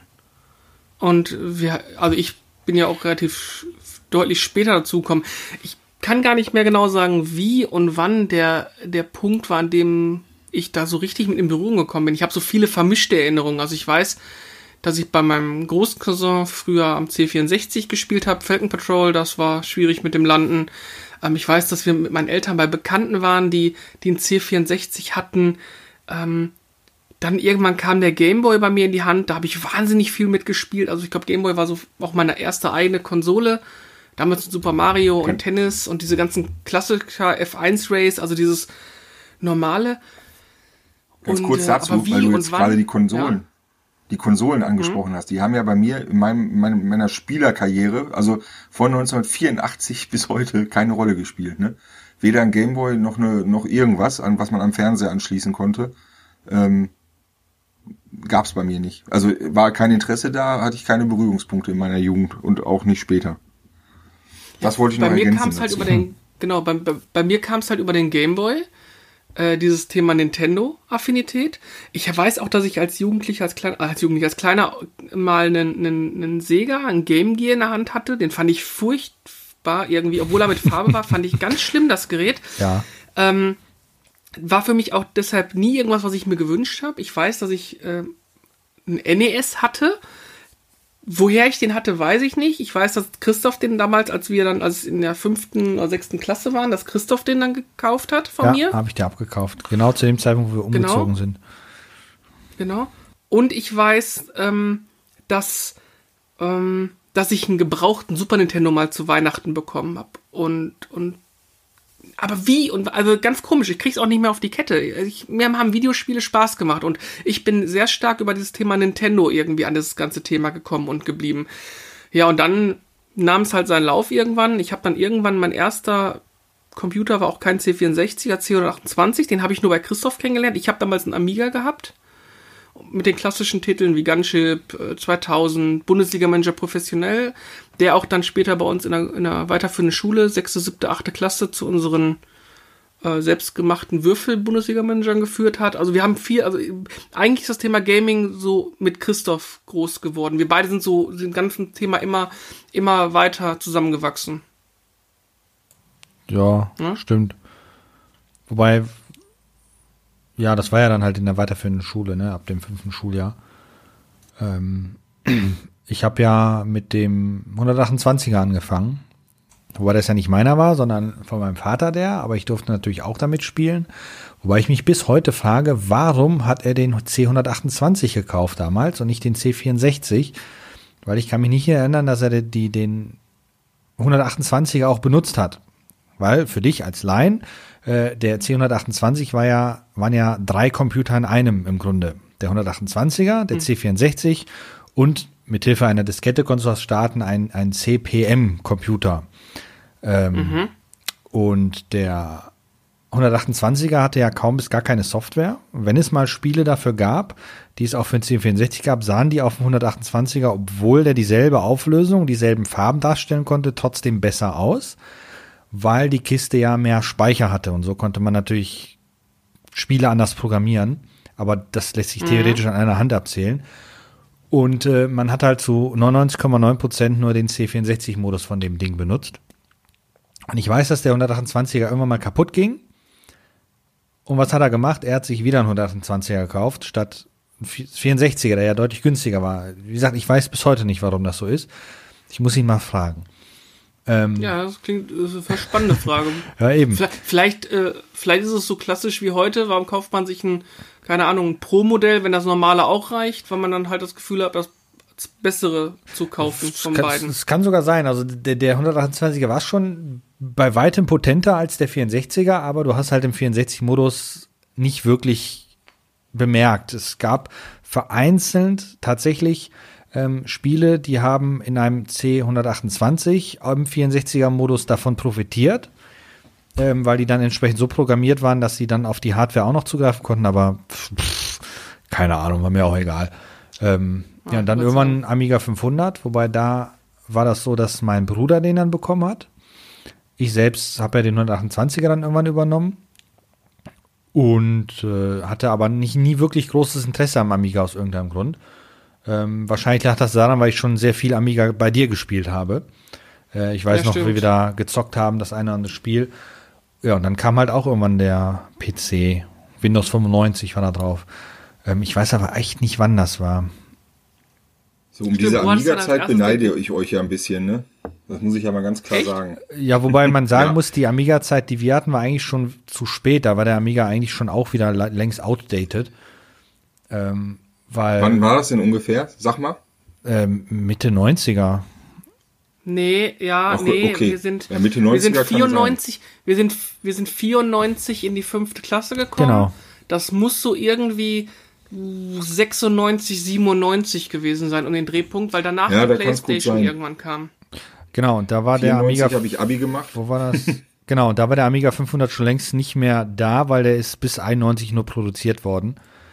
S1: Und wir, also ich bin ja auch relativ deutlich später dazugekommen. Ich kann gar nicht mehr genau sagen, wie und wann der, der Punkt war, an dem ich da so richtig mit in Berührung gekommen bin. Ich habe so viele vermischte Erinnerungen. Also ich weiß, dass ich bei meinem Großcousin früher am C vierundsechzig gespielt habe, Falcon Patrol, das war schwierig mit dem Landen. Ähm, ich weiß, dass wir mit meinen Eltern bei Bekannten waren, die, die einen C vierundsechzig hatten. Ähm, dann irgendwann kam der Gameboy bei mir in die Hand, da habe ich wahnsinnig viel mitgespielt. Also ich glaube, Gameboy war so auch meine erste eigene Konsole. Damals Super Mario und Tennis und diese ganzen Klassiker, F eins Race, also dieses normale.
S3: Ganz und, kurz dazu, weil du jetzt gerade die Konsolen, ja. die Konsolen angesprochen mhm. hast. Die haben ja bei mir in meinem, meiner, meiner Spielerkarriere, also von neunzehnhundertvierundachtzig bis heute, keine Rolle gespielt. Ne? Weder ein Gameboy noch eine, noch irgendwas, an was man am Fernseher anschließen konnte, ähm, gab es bei mir nicht. Also war kein Interesse da, hatte ich keine Berührungspunkte in meiner Jugend und auch nicht später. Das wollte ich noch ergänzen. Bei mir kam es halt über den, genau, bei, bei, bei mir kam es halt über den Gameboy, äh, dieses Thema Nintendo-Affinität. Ich weiß auch, dass ich als Jugendlicher, als kleiner, als Jugendlicher, als kleiner mal einen, einen, einen Sega, einen Game Gear in der Hand hatte. Den fand ich furchtbar irgendwie, obwohl er mit Farbe war, fand ich ganz schlimm, das Gerät.
S2: Ja.
S1: Ähm, war für mich auch deshalb nie irgendwas, was ich mir gewünscht habe. Ich weiß, dass ich äh, ein N E S hatte. Woher ich den hatte, weiß ich nicht. Ich weiß, dass Christoph den damals, als wir dann als in der fünften oder sechsten Klasse waren, dass Christoph den dann gekauft hat von
S2: ja,
S1: mir.
S2: Ja, habe ich dir abgekauft. Genau zu dem Zeitpunkt, wo wir umgezogen
S1: genau.
S2: sind.
S1: Genau. Und ich weiß, ähm, dass, ähm, dass ich einen gebrauchten Super Nintendo mal zu Weihnachten bekommen habe. Und, und aber wie? Und also ganz komisch, ich krieg's auch nicht mehr auf die Kette. Ich, mir haben Videospiele Spaß gemacht und ich bin sehr stark über dieses Thema Nintendo irgendwie an das ganze Thema gekommen und geblieben. Ja, und dann nahm es halt seinen Lauf irgendwann. Ich habe dann irgendwann, mein erster Computer war auch kein C vierundsechziger, C hundertachtundzwanzig, den habe ich nur bei Christoph kennengelernt. Ich habe damals einen Amiga gehabt, mit den klassischen Titeln wie Gunship, zweitausend, Bundesliga-Manager professionell, der auch dann später bei uns in einer, in einer weiterführenden Schule, sechste, siebte, achte Klasse, zu unseren äh, selbstgemachten Würfel-Bundesliga-Managern geführt hat. Also wir haben viel, also eigentlich ist das Thema Gaming so mit Christoph groß geworden. Wir beide sind so dem ganzen Thema immer, immer weiter zusammengewachsen.
S2: Ja, ja, stimmt. Wobei, ja, das war ja dann halt in der weiterführenden Schule, ne, ab dem fünften Schuljahr. Ähm, ich habe ja mit dem hundertachtundzwanziger angefangen, wobei das ja nicht meiner war, sondern von meinem Vater der, aber ich durfte natürlich auch damit spielen. Wobei ich mich bis heute frage, warum hat er den C hundertachtundzwanzig gekauft damals und nicht den C vierundsechzig? Weil ich kann mich nicht erinnern, dass er die, den hundertachtundzwanziger auch benutzt hat. Weil für dich als Laien, äh, der C hundertachtundzwanzig war ja, waren ja drei Computer in einem im Grunde. Der hundertachtundzwanziger, der mhm. C vierundsechzig und mithilfe einer Diskette konntest du starten, ein, ein C P M-Computer. Ähm, mhm. Und der hundertachtundzwanziger hatte ja kaum bis gar keine Software. Wenn es mal Spiele dafür gab, die es auch für den C vierundsechzig gab, sahen die auf dem hundertachtundzwanziger, obwohl der dieselbe Auflösung, dieselben Farben darstellen konnte, trotzdem besser aus, weil die Kiste ja mehr Speicher hatte und so konnte man natürlich Spiele anders programmieren, aber das lässt sich theoretisch mhm. an einer Hand abzählen. Und äh, man hat halt zu neunundneunzig Komma neun Prozent nur den C vierundsechzig-Modus von dem Ding benutzt. Und ich weiß, dass der hundertachtundzwanziger irgendwann mal kaputt ging. Und was hat er gemacht? Er hat sich wieder einen hundertachtundzwanziger gekauft, statt vierundsechziger, der ja deutlich günstiger war. Wie gesagt, ich weiß bis heute nicht, warum das so ist. Ich muss ihn mal fragen.
S1: Ähm, ja, das klingt, das ist eine spannende Frage.
S2: Ja, eben.
S1: Vielleicht, vielleicht, äh, vielleicht ist es so klassisch wie heute. Warum kauft man sich ein, keine Ahnung, ein Pro-Modell, wenn das normale auch reicht, weil man dann halt das Gefühl hat, das Bessere zu kaufen von
S2: kann,
S1: beiden.
S2: Das kann sogar sein. Also der, der hundertachtundzwanziger war schon bei weitem potenter als der vierundsechziger, aber du hast halt im vierundsechzig-Modus nicht wirklich bemerkt. Es gab vereinzelt tatsächlich ähm, Spiele, die haben in einem C hundertachtundzwanzig im vierundsechziger-Modus davon profitiert, ähm, weil die dann entsprechend so programmiert waren, dass sie dann auf die Hardware auch noch zugreifen konnten, aber pff, keine Ahnung, war mir auch egal. Ähm, ah, ja, und dann irgendwann Amiga fünfhundert, wobei da war das so, dass mein Bruder den dann bekommen hat. Ich selbst habe ja den hundertachtundzwanziger dann irgendwann übernommen und äh, hatte aber nicht nie wirklich großes Interesse am Amiga aus irgendeinem Grund. Ähm, wahrscheinlich lag das daran, weil ich schon sehr viel Amiga bei dir gespielt habe. Äh, ich weiß ja, noch, stimmt. wie wir da gezockt haben, das eine oder andere Spiel. Ja, und dann kam halt auch irgendwann der P C. Windows fünfundneunzig war da drauf. Ähm, ich weiß aber echt nicht, wann das war.
S3: So um diese Amiga-Zeit beneide ich euch ja ein bisschen, ne? Das muss ich ja mal ganz klar Echt? sagen.
S2: Ja, wobei man sagen ja. muss, die Amiga-Zeit, die wir hatten, war eigentlich schon zu spät. Da war der Amiga eigentlich schon auch wieder längst outdated. Ähm, weil,
S3: Wann war das denn ungefähr? Sag mal.
S2: Ähm, Mitte neunziger.
S1: Nee, ja, Ach,
S3: nee,
S1: okay. wir sind,
S3: ja, Mitte neunziger
S1: wir sind vierundneunzig, wir sind, wir sind vierundneunzig in die fünfte Klasse gekommen.
S2: Genau.
S1: Das muss so irgendwie sechsundneunzig, siebenundneunzig gewesen sein um den Drehpunkt, weil danach
S3: ja,
S1: die PlayStation irgendwann kam.
S2: Genau, und da war der Amiga.
S3: habe ich Abi gemacht.
S2: Wo war das? Genau, und da war der Amiga fünfhundert schon längst nicht mehr da, weil der ist bis einundneunzig nur produziert worden.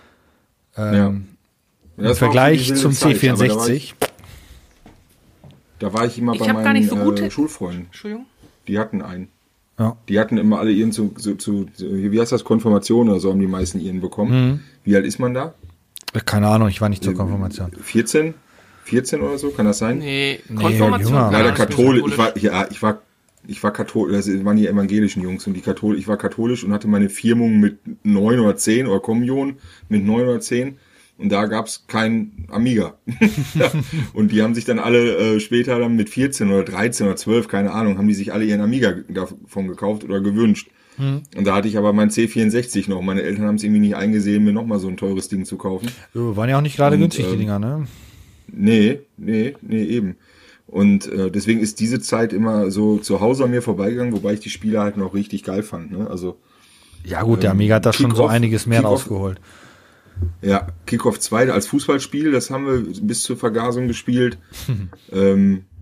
S2: Ähm, ja. Im Vergleich zum C vierundsechzig.
S3: Da war, ich, da war ich immer
S1: ich
S3: bei meinen
S1: so
S3: äh, Schulfreunden.
S1: Entschuldigung.
S3: Die hatten einen.
S2: Ja.
S3: Die hatten immer alle ihren zu, zu, zu, wie heißt das, Konfirmation oder so, haben die meisten ihren bekommen. Mhm. Wie alt ist man da?
S2: Keine Ahnung, ich war nicht zur Konfirmation.
S3: vierzehn? vierzehn oder so, kann das sein?
S1: Nee,
S2: Konfirmation.
S3: Nee, leider katholisch. Ich war, ja, ich war, ich war katholisch, das waren die evangelischen Jungs und die katholisch, ich war katholisch und hatte meine Firmung mit neun oder zehn oder Kommunion mit neun oder zehn. Und da gab's kein Amiga. Und die haben sich dann alle äh, später dann mit vierzehn oder dreizehn oder zwölf, keine Ahnung, haben die sich alle ihren Amiga davon gekauft oder gewünscht. Mhm. Und da hatte ich aber mein C vierundsechzig noch. Meine Eltern haben es irgendwie nicht eingesehen, mir nochmal so ein teures Ding zu kaufen.
S2: So, waren ja auch nicht gerade günstig, ähm, die Dinger, ne?
S3: Nee, nee, nee, eben. Und äh, deswegen ist diese Zeit immer so zu Hause an mir vorbeigegangen, wobei ich die Spiele halt noch richtig geil fand, ne? Also
S2: ja gut, der Amiga hat da schon so einiges mehr rausgeholt.
S3: Ja, Kickoff zwei als Fußballspiel, das haben wir bis zur Vergasung gespielt. ähm,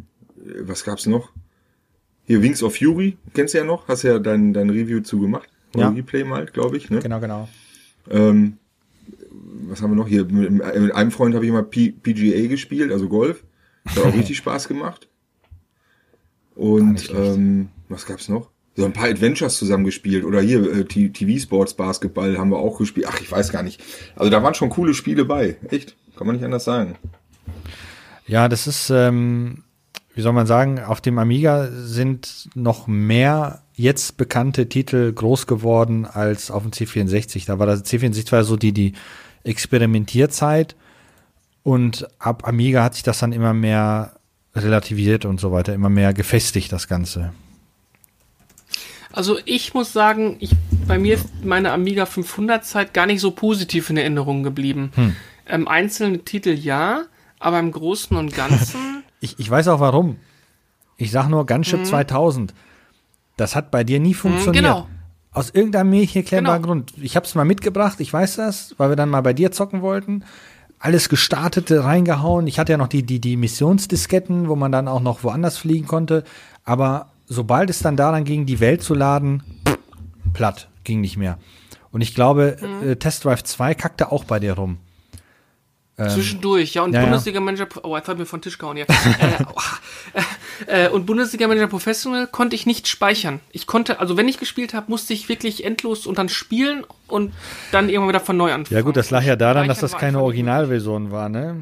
S3: was gab's noch? Hier Wings of Fury, kennst du ja noch? Hast ja dein, dein Review zu gemacht.
S2: Ja.
S3: Replay mal, glaube ich, ne?
S2: Genau, genau.
S3: Ähm, was haben wir noch hier? Mit, mit einem Freund habe ich mal P- PGA gespielt, also Golf. Das hat auch richtig Spaß gemacht. Und ähm, was gab's noch? So ein paar Adventures zusammen gespielt. Oder hier äh, T V-Sports Basketball haben wir auch gespielt. Ach, ich weiß gar nicht. Also da waren schon coole Spiele bei. Echt. Kann man nicht anders sagen.
S2: Ja, das ist, ähm, wie soll man sagen, auf dem Amiga sind noch mehr jetzt bekannte Titel groß geworden als auf dem C vierundsechzig. Da war das C vierundsechzig war so die, die Experimentierzeit und ab Amiga hat sich das dann immer mehr relativiert und so weiter, immer mehr gefestigt, das Ganze.
S1: Also ich muss sagen, ich, bei mir ist meine Amiga fünfhundert-Zeit gar nicht so positiv in Erinnerung geblieben. Hm. Ähm, einzelne Titel ja, aber im Großen und Ganzen...
S2: ich, ich weiß auch warum. Ich sag nur Gunship hm. zweitausend. Das hat bei dir nie funktioniert.
S1: Genau.
S2: Aus irgendeinem mir nicht erklärbaren
S1: Genau.
S2: Grund. Ich habe es mal mitgebracht, ich weiß das, weil wir dann mal bei dir zocken wollten. Alles gestartete, reingehauen. Ich hatte ja noch die, die, die Missionsdisketten, wo man dann auch noch woanders fliegen konnte. Aber sobald es dann daran ging, die Welt zu laden, platt, ging nicht mehr. Und ich glaube, mhm. äh, Test Drive zwei kackte auch bei dir rum.
S1: Ähm, Zwischendurch, ja, und
S2: ja,
S1: Bundesliga-Manager, oh, jetzt hat mir von den Tisch gehauen, ja. äh, oh, äh, und Bundesliga-Manager Professional konnte ich nicht speichern. Ich konnte, also wenn ich gespielt habe, musste ich wirklich endlos und dann spielen und dann irgendwann wieder von neu anfangen.
S2: Ja gut, das lag ja daran, dass das keine Originalversion war, ne?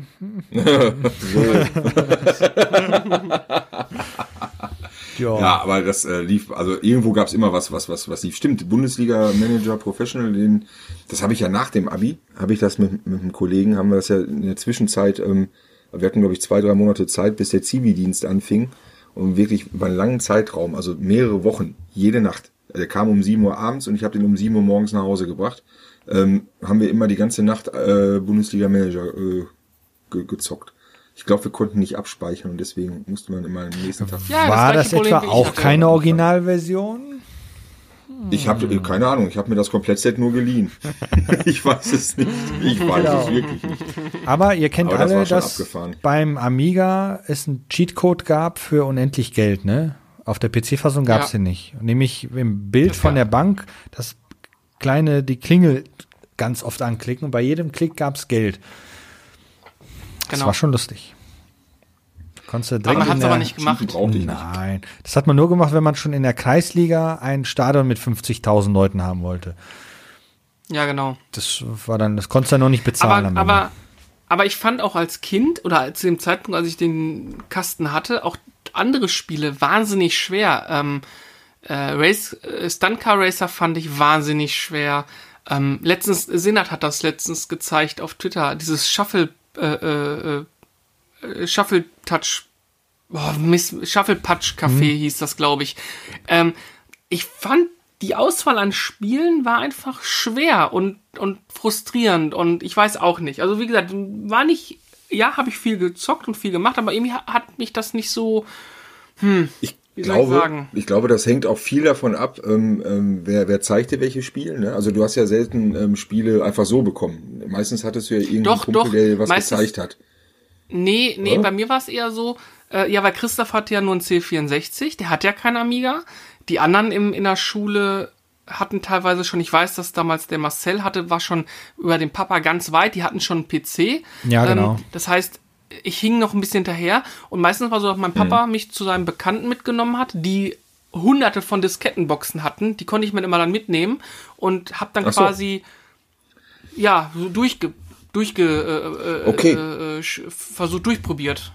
S3: Ja, aber das äh, lief, also irgendwo gab es immer was, was, was, was lief. Stimmt, Bundesliga-Manager Professional, den, das habe ich ja nach dem Abi, habe ich das mit, mit einem Kollegen, haben wir das ja in der Zwischenzeit, ähm, wir hatten glaube ich zwei, drei Monate Zeit, bis der Zivildienst anfing und wirklich über einen langen Zeitraum, also mehrere Wochen, jede Nacht. Der kam um sieben Uhr abends und ich habe den um sieben Uhr morgens nach Hause gebracht. Ähm, haben wir immer die ganze Nacht äh, Bundesliga-Manager äh, ge- gezockt. Ich glaube, wir konnten nicht abspeichern und deswegen musste man immer am nächsten Tag...
S2: Ja, war das, das etwa auch keine Originalversion?
S3: Ich habe keine Ahnung, ich habe mir das Komplettset nur geliehen. Ich weiß es nicht. Ich weiß genau. es wirklich nicht.
S2: Aber ihr kennt Aber alle, das dass beim Amiga es einen Cheatcode gab für unendlich Geld, ne? Auf der P C-Fassung gab es ja. den nicht. Nämlich im Bild von der Bank das kleine, die Klingel ganz oft anklicken und bei jedem Klick gab es Geld. Das genau. war schon lustig. Konntest du direkt
S1: aber man hat es aber nicht gemacht.
S2: Nein, das hat man nur gemacht, wenn man schon in der Kreisliga ein Stadion mit fünfzigtausend Leuten haben wollte.
S1: Ja, genau.
S2: Das war dann, das konntest du ja noch nicht bezahlen.
S1: Aber, aber, aber ich fand auch als Kind oder zu dem Zeitpunkt, als ich den Kasten hatte, auch andere Spiele wahnsinnig schwer. Ähm, äh, Race, äh, Stunt Car Racer fand ich wahnsinnig schwer. Ähm, letztens, Senat hat das letztens gezeigt auf Twitter, dieses Shuffle Äh, äh, Shuffle Touch oh, Miss, Shuffle Patch Café hm. hieß das, glaube ich. Ähm, ich fand, die Auswahl an Spielen war einfach schwer und, und frustrierend und ich weiß auch nicht. Also wie gesagt, war nicht, ja, habe ich viel gezockt und viel gemacht, aber irgendwie hat mich das nicht so, hm,
S3: ich wie soll glaube, ich sagen? Ich glaube, das hängt auch viel davon ab, ähm, ähm, wer, wer zeigt dir welche Spiele. Ne? Also du hast ja selten ähm, Spiele einfach so bekommen. Meistens hattest du ja irgendeinen
S1: doch,
S3: Kumpel,
S1: doch,
S3: der dir was
S1: meistens,
S3: gezeigt hat.
S1: Nee, nee, ja? Bei mir war es eher so, äh, ja, weil Christoph hatte ja nur einen C vierundsechzig, der hat ja keinen Amiga. Die anderen im, in der Schule hatten teilweise schon, ich weiß, dass damals der Marcel hatte, war schon über den Papa ganz weit, die hatten schon einen P C.
S2: Ja, genau.
S1: Ähm, das heißt, ich hing noch ein bisschen hinterher und meistens war so, dass mein Papa mhm. mich zu seinem Bekannten mitgenommen hat, die hunderte von Diskettenboxen hatten, die konnte ich mir immer dann mitnehmen und hab dann so. quasi ja, so durchge, durchge äh,
S3: okay.
S1: äh, versucht, durchprobiert.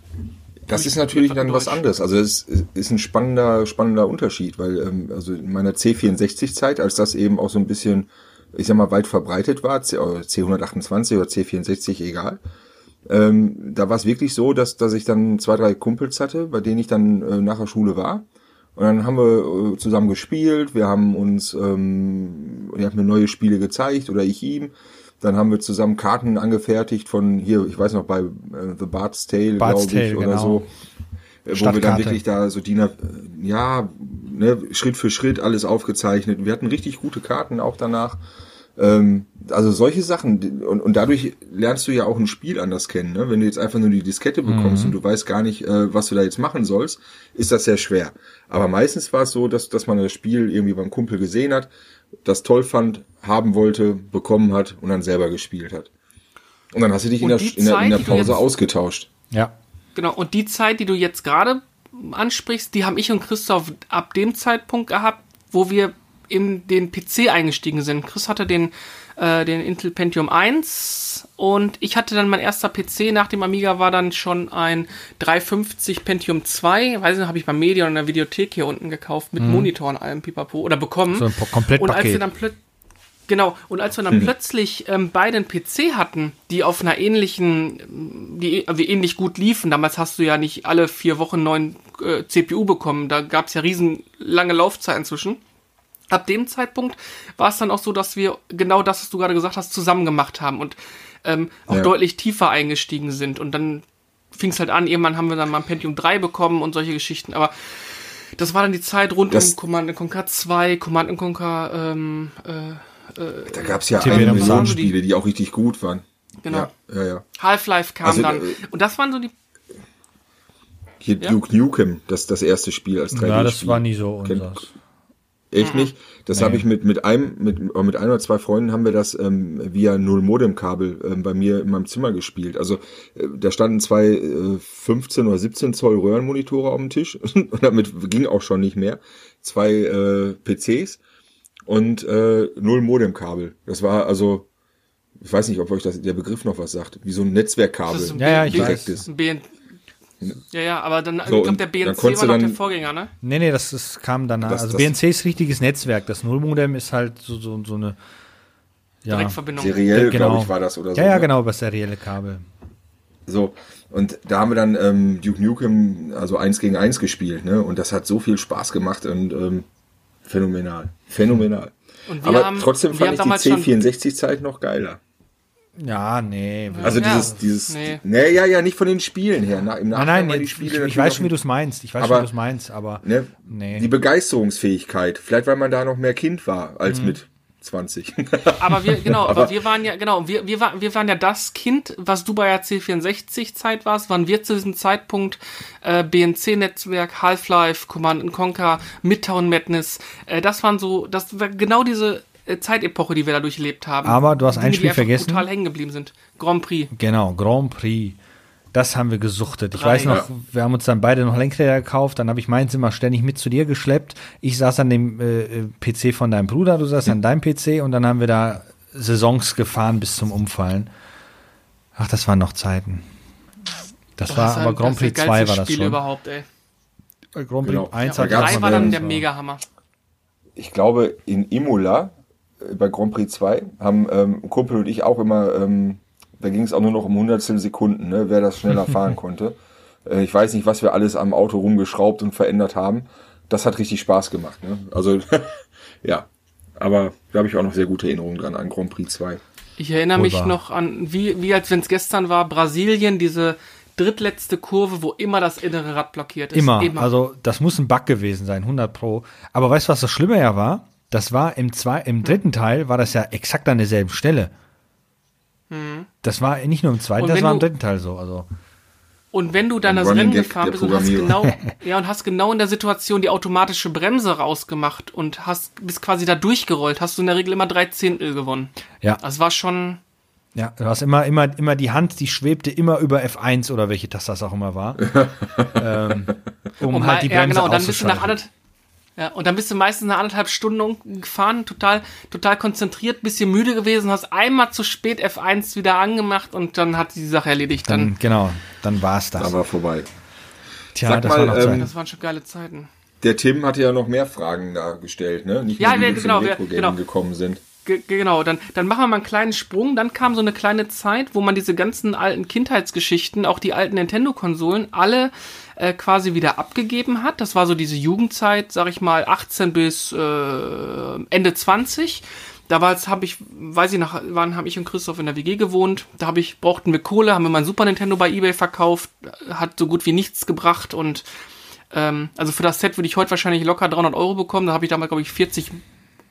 S3: Das ist natürlich dann was anderes. Also es ist ein spannender, spannender Unterschied, weil ähm, also in meiner C vierundsechzig-Zeit, als das eben auch so ein bisschen, ich sag mal, weit verbreitet war, C hundertachtundzwanzig oder C vierundsechzig, egal, ähm, da war es wirklich so, dass dass ich dann zwei, drei Kumpels hatte, bei denen ich dann äh, nach der Schule war. Und dann haben wir äh, zusammen gespielt, wir haben uns, ähm, er hat mir neue Spiele gezeigt oder ich ihm. Dann haben wir zusammen Karten angefertigt von hier, ich weiß noch, bei äh, The Bard's Tale, glaube ich,
S2: Tale,
S3: oder
S2: genau.
S3: so. Äh, wo wir dann wirklich da so D I N A, ja, ne, Schritt für Schritt alles aufgezeichnet. Wir hatten richtig gute Karten auch danach. Ähm, also solche Sachen. Und, und dadurch lernst du ja auch ein Spiel anders kennen. Ne? Wenn du jetzt einfach nur die Diskette bekommst mhm. und du weißt gar nicht, äh, was du da jetzt machen sollst, ist das sehr schwer. Aber meistens war es so, dass, dass man das Spiel irgendwie beim Kumpel gesehen hat, das toll fand, haben wollte, bekommen hat und dann selber gespielt hat. Und dann hast du dich in der, in der, in der Pause ausgetauscht.
S1: Ja. Genau, und die Zeit, die du jetzt gerade ansprichst, die haben ich und Christoph ab dem Zeitpunkt gehabt, wo wir in den P C eingestiegen sind. Chris hatte den, äh, den Intel Pentium eins und ich hatte dann mein erster P C nach dem Amiga war dann schon ein dreihundertfünfzig Pentium zwei, weiß nicht, habe ich beim Medion in der Videothek hier unten gekauft, mit mhm. Monitor und allem Pipapo, oder bekommen.
S2: So ein Komplettpaket.
S1: Und als wir dann plötzlich Genau, und als wir dann hm. plötzlich ähm, beide einen P C hatten, die auf einer ähnlichen, die also ähnlich gut liefen, damals hast du ja nicht alle vier Wochen einen neuen äh, C P U bekommen, da gab es ja riesen lange Laufzeiten zwischen. Ab dem Zeitpunkt war es dann auch so, dass wir genau das, was du gerade gesagt hast, zusammen gemacht haben und ähm, auch ja. deutlich tiefer eingestiegen sind. Und dann fing es halt an, irgendwann haben wir dann mal ein Pentium drei bekommen und solche Geschichten, aber das war dann die Zeit rund das um Command and Conquer zwei, Command and Conquer, ähm, äh,
S3: Da gab's ja eine Million Spiele, die auch richtig gut waren.
S1: Genau.
S3: Ja, ja, ja.
S1: Half-Life kam also, dann. Und das waren so die...
S3: Hier ja? Duke Nukem, das das erste Spiel als drei D-Spiel.
S2: Ja, das war nie so unseres.
S3: Echt mhm. nicht? Das nee. habe ich mit mit einem mit mit ein oder zwei Freunden haben wir das ähm, via Null-Modem-Kabel ähm, bei mir in meinem Zimmer gespielt. Also äh, da standen zwei äh, fünfzehn oder siebzehn Zoll Röhrenmonitore auf dem Tisch und damit ging auch schon nicht mehr. Zwei äh, P Cs. Und äh, null Modemkabel. Das war also, ich weiß nicht, ob euch das der Begriff noch was sagt, wie so ein Netzwerkkabel.
S1: Das ist ein
S2: ja, ja, ich weiß.
S1: Ist. Ein B N ja, ja, aber dann, so, ich glaube, der B N C war noch dann, der Vorgänger, ne?
S2: Nee, nee, das, das kam danach. Das, also das, B N C ist richtiges Netzwerk. Das Null-Modem ist halt so, so, so eine
S1: ja, Direktverbindung.
S3: Seriell,
S2: genau.
S3: glaube ich, war das oder so.
S2: Ja, ja, genau, das serielle Kabel.
S3: So, und da haben wir dann ähm, Duke Nukem, also eins gegen eins gespielt, ne? Und das hat so viel Spaß gemacht und ähm, phänomenal. Phänomenal.
S1: Und wir
S3: aber
S1: haben,
S3: trotzdem fand ich die C vierundsechzig-Zeit noch geiler.
S2: Ja, nee.
S3: Also
S1: ja,
S3: dieses, dieses, nee. nee, ja, ja, nicht von den Spielen her. Na, im
S2: nein, nein, die Spiele ich, ich weiß schon, wie du es meinst. Ich weiß
S3: aber,
S2: schon, wie du es meinst, aber
S3: ne, nee. Die Begeisterungsfähigkeit, vielleicht weil man da noch mehr Kind war als mhm. mit zwanzig.
S1: Aber wir, genau, aber wir waren ja, genau, wir, wir, waren, wir waren ja das Kind, was du bei der C vierundsechzig-Zeit warst, waren wir zu diesem Zeitpunkt äh, B N C-Netzwerk, Half-Life, Command and Conquer, Midtown Madness. Äh, das waren so, das war genau diese äh, Zeitepoche, die wir da durchlebt haben.
S2: Aber du hast ein
S1: Dinge,
S2: Spiel
S1: die
S2: vergessen.
S1: Total hängen geblieben sind. Grand Prix.
S2: Genau, Grand Prix. Das haben wir gesuchtet. Ich
S1: Drei,
S2: weiß noch,
S1: ja.
S2: wir haben uns dann beide noch Lenkräder gekauft, dann habe ich meins immer ständig mit zu dir geschleppt. Ich saß an dem äh, P C von deinem Bruder, du saßt an deinem P C und dann haben wir da Saisons gefahren bis zum Umfallen. Ach, das waren noch Zeiten. Das
S1: Boah,
S2: war
S1: das
S2: aber Grand Prix zwei war das
S1: Spiel
S2: schon.
S1: überhaupt, ey.
S2: Bei Grand Prix
S3: genau.
S2: eins
S1: ja,
S2: hat
S1: drei war dann der Mega-Hammer.
S3: Ich glaube, in Imola, äh, bei Grand Prix zwei, haben ähm, Kumpel und ich auch immer... Ähm, da ging es auch nur noch um Hundertstel Sekunden, ne, wer das schneller fahren konnte. Äh, ich weiß nicht, was wir alles am Auto rumgeschraubt und verändert haben. Das hat richtig Spaß gemacht. Ne? Also, ja. Aber da habe ich auch noch sehr gute Erinnerungen dran an Grand Prix zwei.
S1: Ich erinnere Wohl mich war. noch an, wie, wie als wenn es gestern war, Brasilien, diese drittletzte Kurve, wo immer das innere Rad blockiert ist.
S2: Immer. immer. Also das muss ein Bug gewesen sein, hundert Pro. Aber weißt du, was das Schlimme ja war? Das war im, zwei, im dritten hm. Teil, war das ja exakt an derselben Stelle. Das war nicht nur im zweiten, das war im dritten Teil so. Also.
S1: Und wenn du dann das Rennen gefahren bist und hast genau, ja, und hast genau in der Situation die automatische Bremse rausgemacht und hast bist quasi da durchgerollt, hast du in der Regel immer drei Zehntel gewonnen.
S2: Ja.
S1: Das war schon.
S2: Ja, du hast immer, immer, immer die Hand, die schwebte immer über F eins oder welche Taste das auch immer war. ähm, um und halt die Bremse ja, genau, dann bist du nach anderth- Ja, und dann bist du meistens eine anderthalb Stunden gefahren, total, total konzentriert, bisschen müde gewesen, hast einmal zu spät F eins wieder angemacht und dann hat die Sache erledigt. Dann, dann genau, dann war's das.
S3: Da war vorbei.
S2: Tja,
S3: Sag
S2: das,
S3: mal,
S2: war noch
S3: ähm,
S1: das waren schon geile Zeiten.
S3: Der Tim hatte ja noch mehr Fragen da gestellt, ne? Nicht
S1: ja,
S3: nur, wie
S1: wir, genau, wir, genau.
S3: gekommen sind.
S1: G- genau, dann, dann machen wir mal einen kleinen Sprung. Dann kam so eine kleine Zeit, wo man diese ganzen alten Kindheitsgeschichten, auch die alten Nintendo-Konsolen, alle äh, quasi wieder abgegeben hat. Das war so diese Jugendzeit, sag ich mal, achtzehn bis äh, Ende zwanzig. Da war jetzt, habe ich, weiß ich noch, wann habe ich und Christoph in der W G gewohnt. Da habe ich, brauchten wir Kohle, haben wir mein Super Nintendo bei eBay verkauft, hat so gut wie nichts gebracht und ähm, also für das Set würde ich heute wahrscheinlich locker dreihundert Euro bekommen. Da habe ich damals, glaube ich, vierzig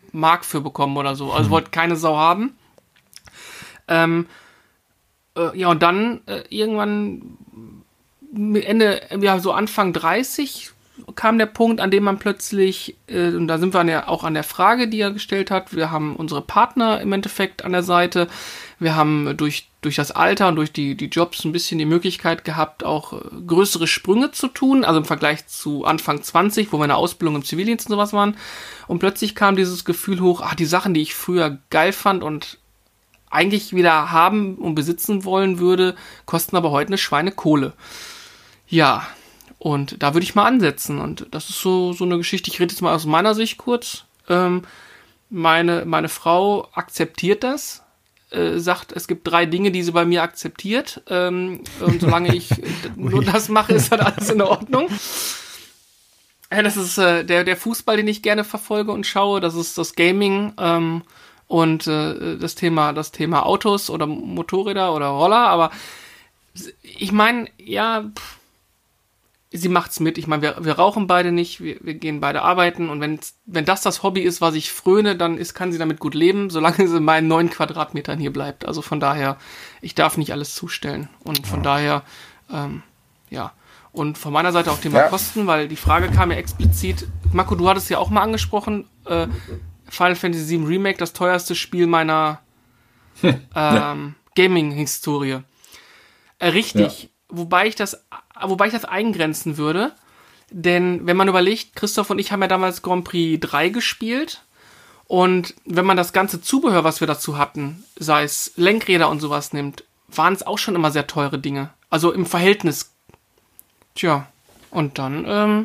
S1: Mark für bekommen oder so. Also mhm. wollte keine Sau haben. Ähm, äh, ja, und dann äh, irgendwann Ende, ja, so Anfang dreißig kam der Punkt, an dem man plötzlich, äh, und da sind wir an der, auch an der Frage, die er gestellt hat, wir haben unsere Partner im Endeffekt an der Seite, wir haben durch, durch das Alter und durch die, die Jobs ein bisschen die Möglichkeit gehabt, auch äh, größere Sprünge zu tun, also im Vergleich zu Anfang zwanzig, wo meine Ausbildung im Zivildienst und sowas waren, und plötzlich kam dieses Gefühl hoch, ach, die Sachen, die ich früher geil fand und eigentlich wieder haben und besitzen wollen würde, kosten aber heute eine Schweinekohle. Ja, und da würde ich mal ansetzen. Und das ist so, so eine Geschichte, ich rede jetzt mal aus meiner Sicht kurz. Ähm, meine, meine Frau akzeptiert das, äh, sagt, es gibt drei Dinge, die sie bei mir akzeptiert. Ähm, und solange ich nur das mache, ist halt alles in Ordnung. Ja, das ist äh, der, der Fußball, den ich gerne verfolge und schaue. Das ist das Gaming ähm, und äh, das Thema, das Thema Autos oder Motorräder oder Roller. Aber ich meine, ja... Pff, sie macht's mit. Ich meine, wir, wir rauchen beide nicht, wir, wir gehen beide arbeiten und wenn, wenn das das Hobby ist, was ich fröne, dann ist, kann sie damit gut leben, solange sie in meinen neun Quadratmetern hier bleibt. Also von daher, ich darf nicht alles zustellen. Und von ja. daher, ähm, ja. Und von meiner Seite auch Thema ja. Kosten, weil die Frage kam ja explizit, Marco, du hattest ja auch mal angesprochen, äh, Final Fantasy sieben Remake, das teuerste Spiel meiner ähm, ja. Gaming-Historie. Äh, richtig. Ja. Wobei ich das, wobei ich das eingrenzen würde, denn wenn man überlegt, Christoph und ich haben ja damals Grand Prix drei gespielt und wenn man das ganze Zubehör, was wir dazu hatten, sei es Lenkräder und sowas nimmt, waren es auch schon immer sehr teure Dinge. Also im Verhältnis. Tja, und dann, ähm,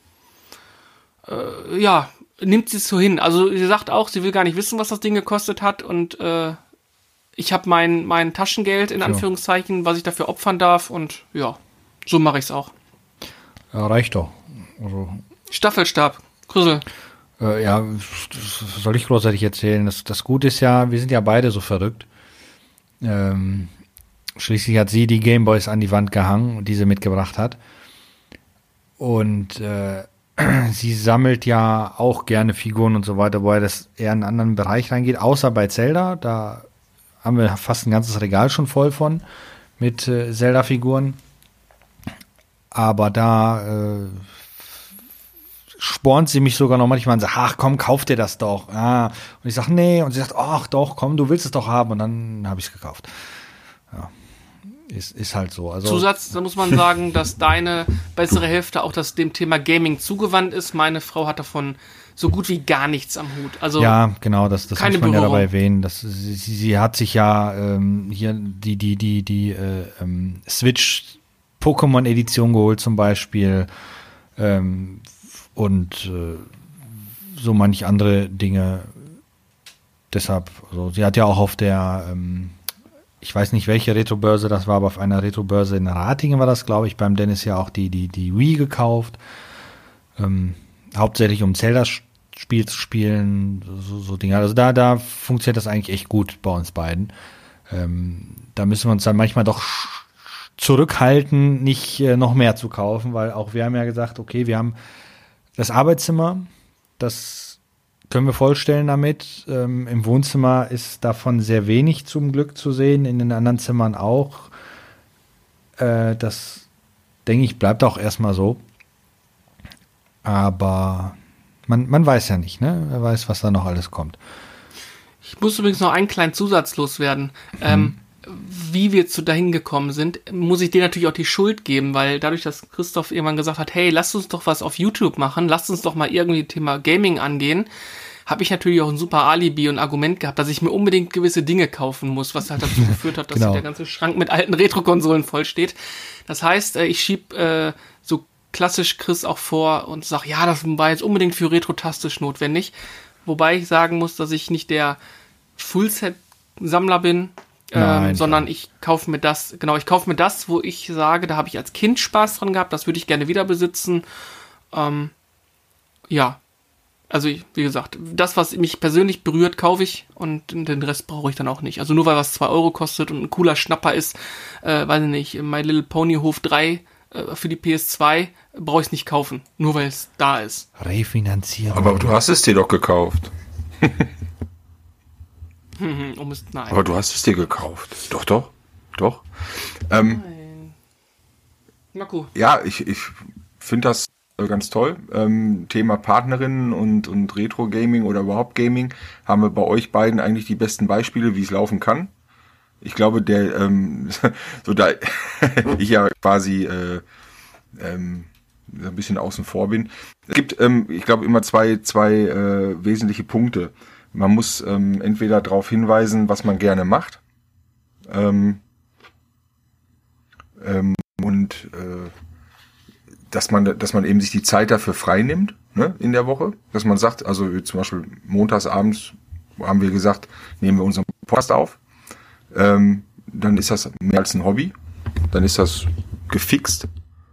S1: äh, ja, nimmt sie es so hin. Also sie sagt auch, sie will gar nicht wissen, was das Ding gekostet hat und, äh, ich habe mein, mein Taschengeld, in Anführungszeichen, was ich dafür opfern darf und ja, so mache ich es auch.
S2: Ja, reicht doch. Also,
S1: Staffelstab, Krüssel.
S2: Äh, ja, das soll ich großartig erzählen. Das, das Gute ist ja, wir sind ja beide so verrückt. Ähm, schließlich hat sie die Gameboys an die Wand gehangen, die sie mitgebracht hat. Und äh, sie sammelt ja auch gerne Figuren und so weiter, wobei das eher in einen anderen Bereich reingeht, außer bei Zelda, da haben wir fast ein ganzes Regal schon voll von mit äh, Zelda-Figuren. Aber da äh, spornt sie mich sogar noch manchmal und sagt, ach komm, kauf dir das doch. Ah. Und ich sage, nee. Und sie sagt, ach doch, komm, du willst es doch haben. Und dann habe ich es gekauft. Ja, ist, ist halt so. Also,
S1: Zusatz, da muss man sagen, dass deine bessere Hälfte auch das dem Thema Gaming zugewandt ist. Meine Frau hat davon so gut wie gar nichts am Hut. Also
S2: ja, genau, das, das muss man
S1: Berührung.
S2: ja dabei erwähnen. Das, sie, sie hat sich ja ähm, hier die, die, die, die äh, ähm, Switch-Pokémon-Edition geholt zum Beispiel ähm, und äh, so manch andere Dinge. Deshalb, also sie hat ja auch auf der, ähm, ich weiß nicht, welche Retro-Börse das war, aber auf einer Retro-Börse in Ratingen war das, glaube ich, beim Dennis ja auch die, die, die Wii gekauft. Ähm, hauptsächlich um Zelda-Spiel zu spielen, so, so Dinge. Also da, da funktioniert das eigentlich echt gut bei uns beiden. Ähm, da müssen wir uns dann manchmal doch zurückhalten, nicht äh, noch mehr zu kaufen, weil auch wir haben ja gesagt, okay, wir haben das Arbeitszimmer, das können wir vollstellen damit. Ähm, im Wohnzimmer ist davon sehr wenig zum Glück zu sehen, in den anderen Zimmern auch. Äh, das, denke ich, bleibt auch erstmal so. Aber man, man weiß ja nicht, ne? Wer weiß, was da noch alles kommt.
S1: Ich muss übrigens noch einen kleinen Zusatz loswerden. Mhm. Ähm, wie wir zu dahin gekommen sind, muss ich dir natürlich auch die Schuld geben, weil dadurch, dass Christoph irgendwann gesagt hat, hey, lasst uns doch was auf YouTube machen, lasst uns doch mal irgendwie Thema Gaming angehen, habe ich natürlich auch ein super Alibi und Argument gehabt, dass ich mir unbedingt gewisse Dinge kaufen muss, was halt dazu geführt hat, dass genau. der ganze Schrank mit alten Retro-Konsolen voll steht. Das heißt, ich schieb äh, so klassisch Chris auch vor und sag, ja, das war jetzt unbedingt für retrotastisch notwendig. Wobei ich sagen muss, dass ich nicht der Fullset-Sammler bin, ähm, sondern ich kaufe mir das, genau, ich kaufe mir das, wo ich sage, da habe ich als Kind Spaß dran gehabt, das würde ich gerne wieder besitzen. Ähm, ja, also ich, wie gesagt, das, was mich persönlich berührt, kaufe ich und den Rest brauche ich dann auch nicht. Also nur weil was zwei Euro kostet und ein cooler Schnapper ist, äh, weiß ich nicht, My Little Pony Hof drei äh, für die P S zwei, brauche ich es nicht kaufen, nur weil es da ist.
S2: Refinanzierung.
S3: Aber du hast es dir doch gekauft.
S1: um es, nein.
S3: Aber du hast es dir gekauft. Doch, doch. Doch. Ähm,
S1: nein. Marco.
S3: Ja, ich, ich finde das ganz toll. Ähm, Thema Partnerinnen und, und Retro-Gaming oder überhaupt Gaming haben wir bei euch beiden eigentlich die besten Beispiele, wie es laufen kann. Ich glaube, der, ähm, so da ich ja quasi äh, ähm, ein bisschen außen vor bin. Es gibt, ähm, ich glaube, immer zwei, zwei äh, wesentliche Punkte. Man muss ähm, entweder darauf hinweisen, was man gerne macht, ähm, ähm, und äh, dass man, dass man eben sich die Zeit dafür frei nimmt, ne, in der Woche. Dass man sagt, also zum Beispiel montagsabends haben wir gesagt, nehmen wir unseren Podcast auf. Ähm, dann ist das mehr als ein Hobby. Dann ist das gefixt.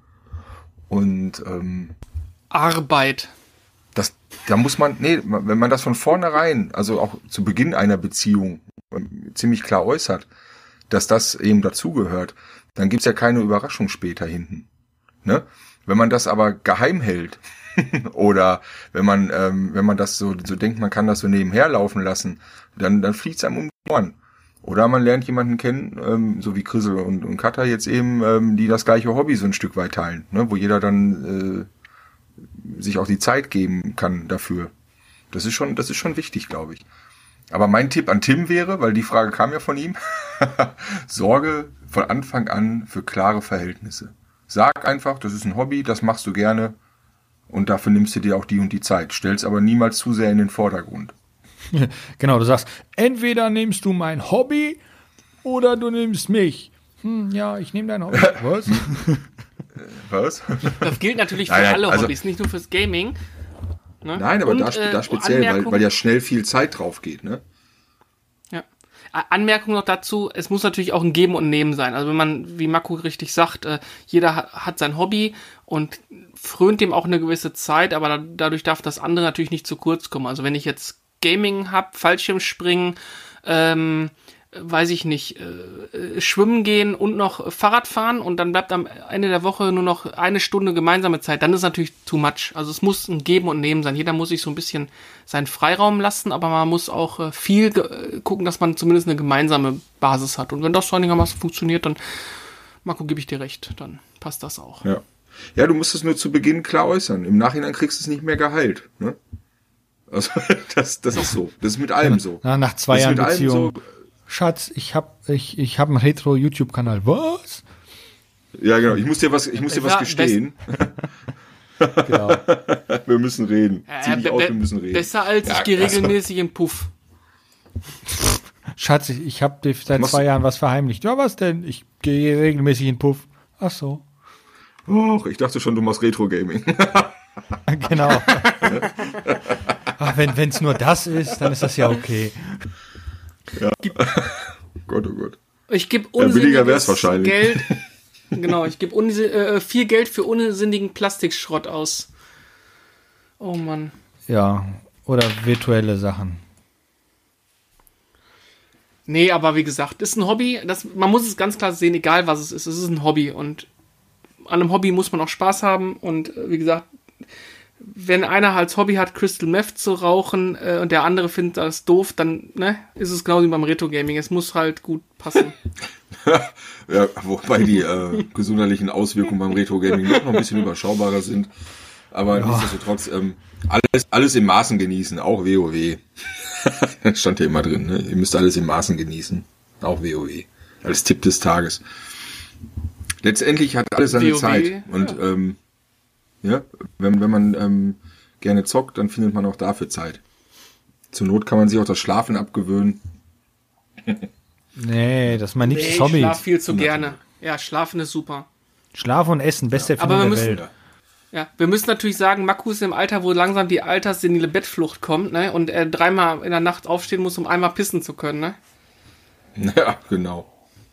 S3: Und ähm,
S1: Arbeit.
S3: Das, da muss man, nee, wenn man das von vornherein, also auch zu Beginn einer Beziehung ziemlich klar äußert, dass das eben dazugehört, dann gibt's ja keine Überraschung später hinten. Ne? Wenn man das aber geheim hält oder wenn man, ähm, wenn man das so, so denkt, man kann das so nebenher laufen lassen, dann, dann fliegt's einem um die Ohren. Oder man lernt jemanden kennen, ähm, so wie Chrisel und, und Katha jetzt eben, ähm, die das gleiche Hobby so ein Stück weit teilen, ne? Wo jeder dann äh, sich auch die Zeit geben kann dafür. Das ist schon, das ist schon wichtig, glaube ich. Aber mein Tipp an Tim wäre, weil die Frage kam ja von ihm, sorge von Anfang an für klare Verhältnisse. Sag einfach, das ist ein Hobby, das machst du gerne und dafür nimmst du dir auch die und die Zeit. Stell's aber niemals zu sehr in den Vordergrund.
S2: Genau, du sagst, entweder nimmst du mein Hobby oder du nimmst mich. Hm, ja, ich nehme dein Hobby. Was?
S3: Was?
S1: Das gilt natürlich für
S3: nein, nein,
S1: alle
S3: also,
S1: Hobbys, nicht nur fürs Gaming. Ne?
S3: Nein, aber
S1: und,
S3: da,
S1: äh,
S3: da speziell, weil, weil ja schnell viel Zeit drauf geht, ne?
S1: Ja. Anmerkung noch dazu, es muss natürlich auch ein Geben und Nehmen sein. Also wenn man, wie Marco richtig sagt, äh, jeder hat, hat sein Hobby und frönt dem auch eine gewisse Zeit, aber da, dadurch darf das andere natürlich nicht zu kurz kommen. Also wenn ich jetzt Gaming hab, Fallschirmspringen, ähm, weiß ich nicht, äh, schwimmen gehen und noch Fahrrad fahren und dann bleibt am Ende der Woche nur noch eine Stunde gemeinsame Zeit, dann ist natürlich too much. Also es muss ein Geben und Nehmen sein. Jeder muss sich so ein bisschen seinen Freiraum lassen, aber man muss auch äh, viel ge- gucken, dass man zumindest eine gemeinsame Basis hat. Und wenn das so einigermaßen funktioniert, dann, Marco, gebe ich dir recht, dann passt das auch.
S3: Ja, ja, du musst es nur zu Beginn klar äußern. Im Nachhinein kriegst du es nicht mehr geheilt, ne? Also das, das ist so. Das ist mit allem so.
S2: Na, nach zwei
S3: das
S2: Jahren Beziehung.
S3: So.
S2: Schatz, ich hab, ich, ich hab einen Retro-YouTube-Kanal. Was?
S3: Ja, genau. Ich muss dir was, ich muss dir was gestehen.
S2: Genau.
S3: Wir müssen reden. Zieh dich
S1: Äh,
S3: aus,
S1: be-
S3: wir müssen reden.
S1: Besser als
S3: Ja,
S1: ich gehe
S3: also-
S1: regelmäßig in Puff.
S2: Schatz, ich, ich hab dir seit
S3: Machst-
S2: zwei Jahren was verheimlicht. Ja, was denn? Ich gehe regelmäßig in Puff. Ach so.
S3: Och, ich dachte schon, du machst Retro-Gaming.
S2: Genau. Ach, wenn es nur das ist, dann ist das ja okay.
S3: Ja. Gott, oh Gott.
S1: Ich gebe
S3: Ja, billiger wär's
S1: unsinniges
S3: wahrscheinlich.
S1: Geld. Genau, ich gebe unsi- äh, viel Geld für unsinnigen Plastikschrott aus. Oh Mann.
S2: Ja, oder virtuelle Sachen.
S1: Nee, aber wie gesagt, ist ein Hobby. Das, man muss es ganz klar sehen, egal was es ist. Es ist ein Hobby und an einem Hobby muss man auch Spaß haben. Und äh, wie gesagt, wenn einer als Hobby hat, Crystal Meth zu rauchen äh, und der andere findet das doof, dann ne, ist es genauso wie beim Retro-Gaming. Es muss halt gut passen.
S3: Ja, wobei die äh, gesundheitlichen Auswirkungen beim Retro-Gaming noch ein bisschen überschaubarer sind. Aber ja. Nichtsdestotrotz, ähm, alles, alles im Maßen genießen, auch WoW. Das stand ja immer drin, ne? Ihr müsst alles im Maßen genießen, auch WoW. Als Tipp des Tages. Letztendlich hat alles seine
S1: WoW,
S3: Zeit. Und
S1: ja,
S3: ähm, ja wenn, wenn man ähm, gerne zockt, dann findet man auch dafür Zeit. Zur Not kann man sich auch das Schlafen abgewöhnen.
S2: Nee, das ist mein liebstes
S1: nee,
S2: Hobby.
S1: Ich schlaf viel zu gerne. Ja, Schlafen ist super.
S2: Schlafen und Essen, beste Erfindung
S1: Aber wir
S2: der
S1: müssen,
S2: Welt.
S1: ja, wir müssen natürlich sagen, Marco ist im Alter, wo langsam die alterssenile Bettflucht kommt, ne? Und er dreimal in der Nacht aufstehen muss, um einmal pissen zu können, ne?
S3: Ja, genau.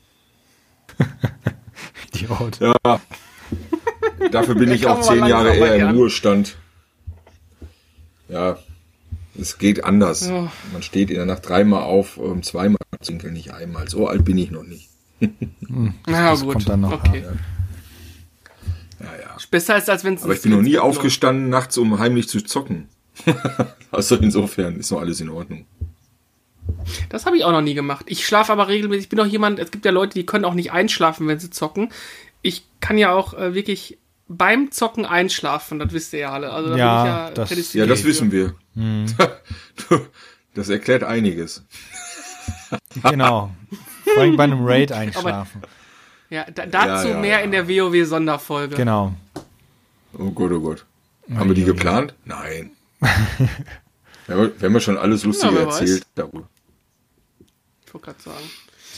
S2: Idiot.
S3: Ja. Dafür bin ich auch zehn Jahre eher im Ruhestand. Ja, es geht anders.
S1: Oh.
S3: Man steht in der Nacht dreimal auf, um zweimal zu pinkeln, nicht einmal. So alt bin ich noch nicht.
S1: Na
S2: Das
S1: gut,
S2: kommt dann noch.
S1: okay.
S3: Ja, ja.
S1: Besser ist, als wenn es
S3: Aber ich bin noch nie aufgestanden nachts, um heimlich zu zocken. Also insofern ist noch alles in Ordnung.
S1: Das habe ich auch noch nie gemacht. Ich schlafe aber regelmäßig. Ich bin auch jemand, es gibt ja Leute, die können auch nicht einschlafen, wenn sie zocken. Ich kann ja auch äh, wirklich beim Zocken einschlafen, das wisst ihr ja alle. Also, da
S2: ja,
S1: bin ich ja,
S3: das, ja, das wissen wir. Hm. Das erklärt einiges.
S2: Genau. Vor allem bei einem Raid einschlafen.
S1: Aber, ja, da, dazu
S3: ja, ja,
S1: mehr
S3: ja.
S1: in der WoW-Sonderfolge.
S2: Genau.
S3: Oh Gott, oh Gott. Haben wir die geplant? Nein. wir, haben, wir haben ja schon alles Lustige ja, erzählt weiß. darüber.
S1: Ich wollte gerade sagen.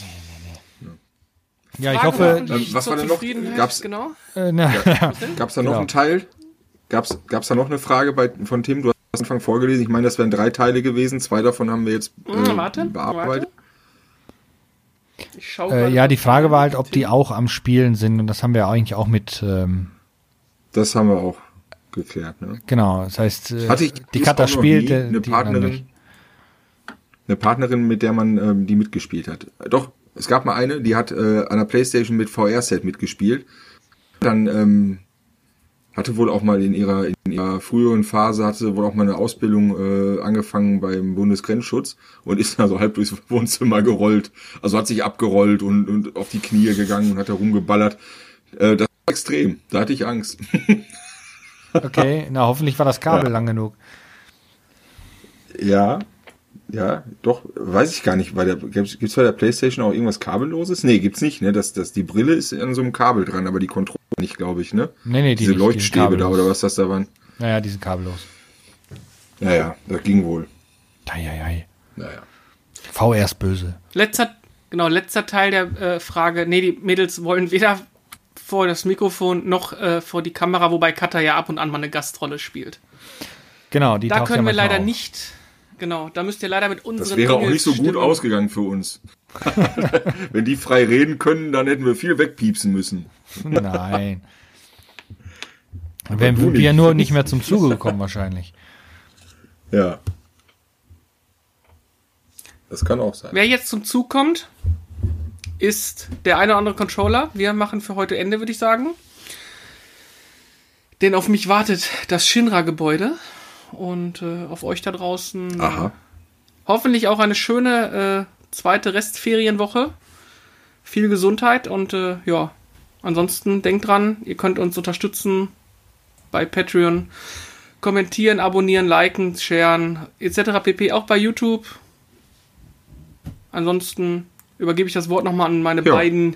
S2: Ja, ich hoffe.
S3: Ähm, was war denn noch? Gab's,
S1: genau.
S3: Äh, na, ja. Gab's da noch genau. einen Teil? Gab's, gab's da noch eine Frage bei, von Tim? Du hast am Anfang vorgelesen. Ich meine, das wären drei Teile gewesen. Zwei davon haben wir jetzt äh,
S1: hm, warte,
S3: bearbeitet.
S1: Warte. Ich schau
S2: äh, ja, die Frage war halt, ob die auch am Spielen sind. Und das haben wir eigentlich auch mit. Ähm,
S3: das haben wir auch geklärt. Ne?
S2: Genau. Das heißt, äh,
S3: Hatte ich,
S2: die Kata spielt.
S3: Äh, eine Partnerin. Eine Partnerin, mit der man ähm, die mitgespielt hat. Doch. Es gab mal eine, die hat äh, an der PlayStation mit V R-Set mitgespielt. Dann ähm, hatte wohl auch mal in ihrer, in ihrer früheren Phase, hatte wohl auch mal eine Ausbildung äh, angefangen beim Bundesgrenzschutz und ist da so halb durchs Wohnzimmer gerollt. Also hat sich abgerollt und, und auf die Knie gegangen und hat da rumgeballert. Äh, das war extrem. Da hatte ich Angst.
S2: Okay, na hoffentlich war das Kabel ja. lang genug.
S3: Ja. Ja, doch, weiß ich gar nicht. Bei der, gibt's, gibt's bei der PlayStation auch irgendwas Kabelloses? Nee, gibt's nicht, ne? Das, das, die Brille ist an so einem Kabel dran, aber die Controller nicht, glaube ich, ne?
S2: Nee, nee, die
S3: Diese
S2: nicht,
S3: Leuchtstäbe da, oder was das da waren?
S2: Naja, die sind kabellos.
S3: Naja, das ging wohl.
S2: Eieiei.
S3: Naja.
S2: V R ist böse.
S1: Letzter, genau, letzter Teil der äh, Frage. Nee, die Mädels wollen weder vor das Mikrofon noch äh, vor die Kamera, wobei Kata ja ab und an mal eine Gastrolle spielt.
S2: Genau, die
S1: Da
S2: taucht
S1: können
S2: ja
S1: wir leider
S2: auf.
S1: nicht... Genau, da müsst ihr leider mit unseren
S3: Das wäre auch nicht so gut
S1: Stimmen
S3: ausgegangen für uns. Wenn die frei reden können, dann hätten wir viel wegpiepsen müssen.
S2: Nein. Dann wären wir ja nur nicht mehr zum Zuge gekommen wahrscheinlich.
S3: Ja. Das kann auch sein.
S1: Wer jetzt zum Zug kommt, ist der eine oder andere Controller. Wir machen für heute Ende, würde ich sagen. Denn auf mich wartet das Shinra-Gebäude. Und äh, auf euch da draußen
S3: Aha.
S1: Äh, hoffentlich auch eine schöne äh, zweite Restferienwoche. Viel Gesundheit und äh, ja, ansonsten denkt dran, ihr könnt uns unterstützen bei Patreon. Kommentieren, abonnieren, liken, sharen et cetera pp. Auch bei YouTube. Ansonsten übergebe ich das Wort nochmal an meine ja. beiden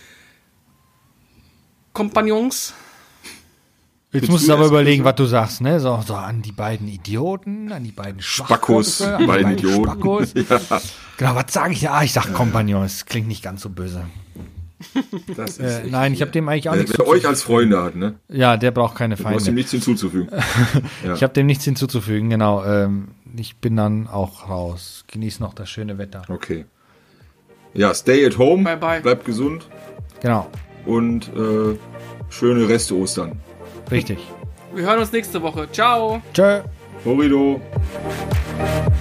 S1: Kompagnons.
S2: Jetzt musst du aber überlegen, was du sagst, ne? So, so an die beiden Idioten, an die beiden
S3: Spackos,
S2: an die
S3: beiden,
S2: beiden
S3: Idioten.
S2: Spackos. Ja. Genau, was sage ich? Ah, ich sag Kompagnon, es klingt nicht ganz so böse.
S3: Das ist
S2: äh, nein, ich habe dem eigentlich auch
S3: äh,
S2: nichts
S3: Wer euch als Freunde hat, ne?
S2: Ja, der braucht keine Feinde.
S3: Du brauchst ihm nichts hinzuzufügen.
S2: Ja. Ich habe dem nichts hinzuzufügen, genau. Ähm, ich bin dann auch raus. Genieß noch das schöne Wetter.
S3: Okay. Ja, stay at home.
S1: Bye, bye.
S3: Bleibt gesund.
S2: Genau.
S3: Und äh, schöne Reste Ostern.
S2: Richtig.
S1: Wir hören uns nächste Woche. Ciao.
S2: Tschö.
S3: Horido.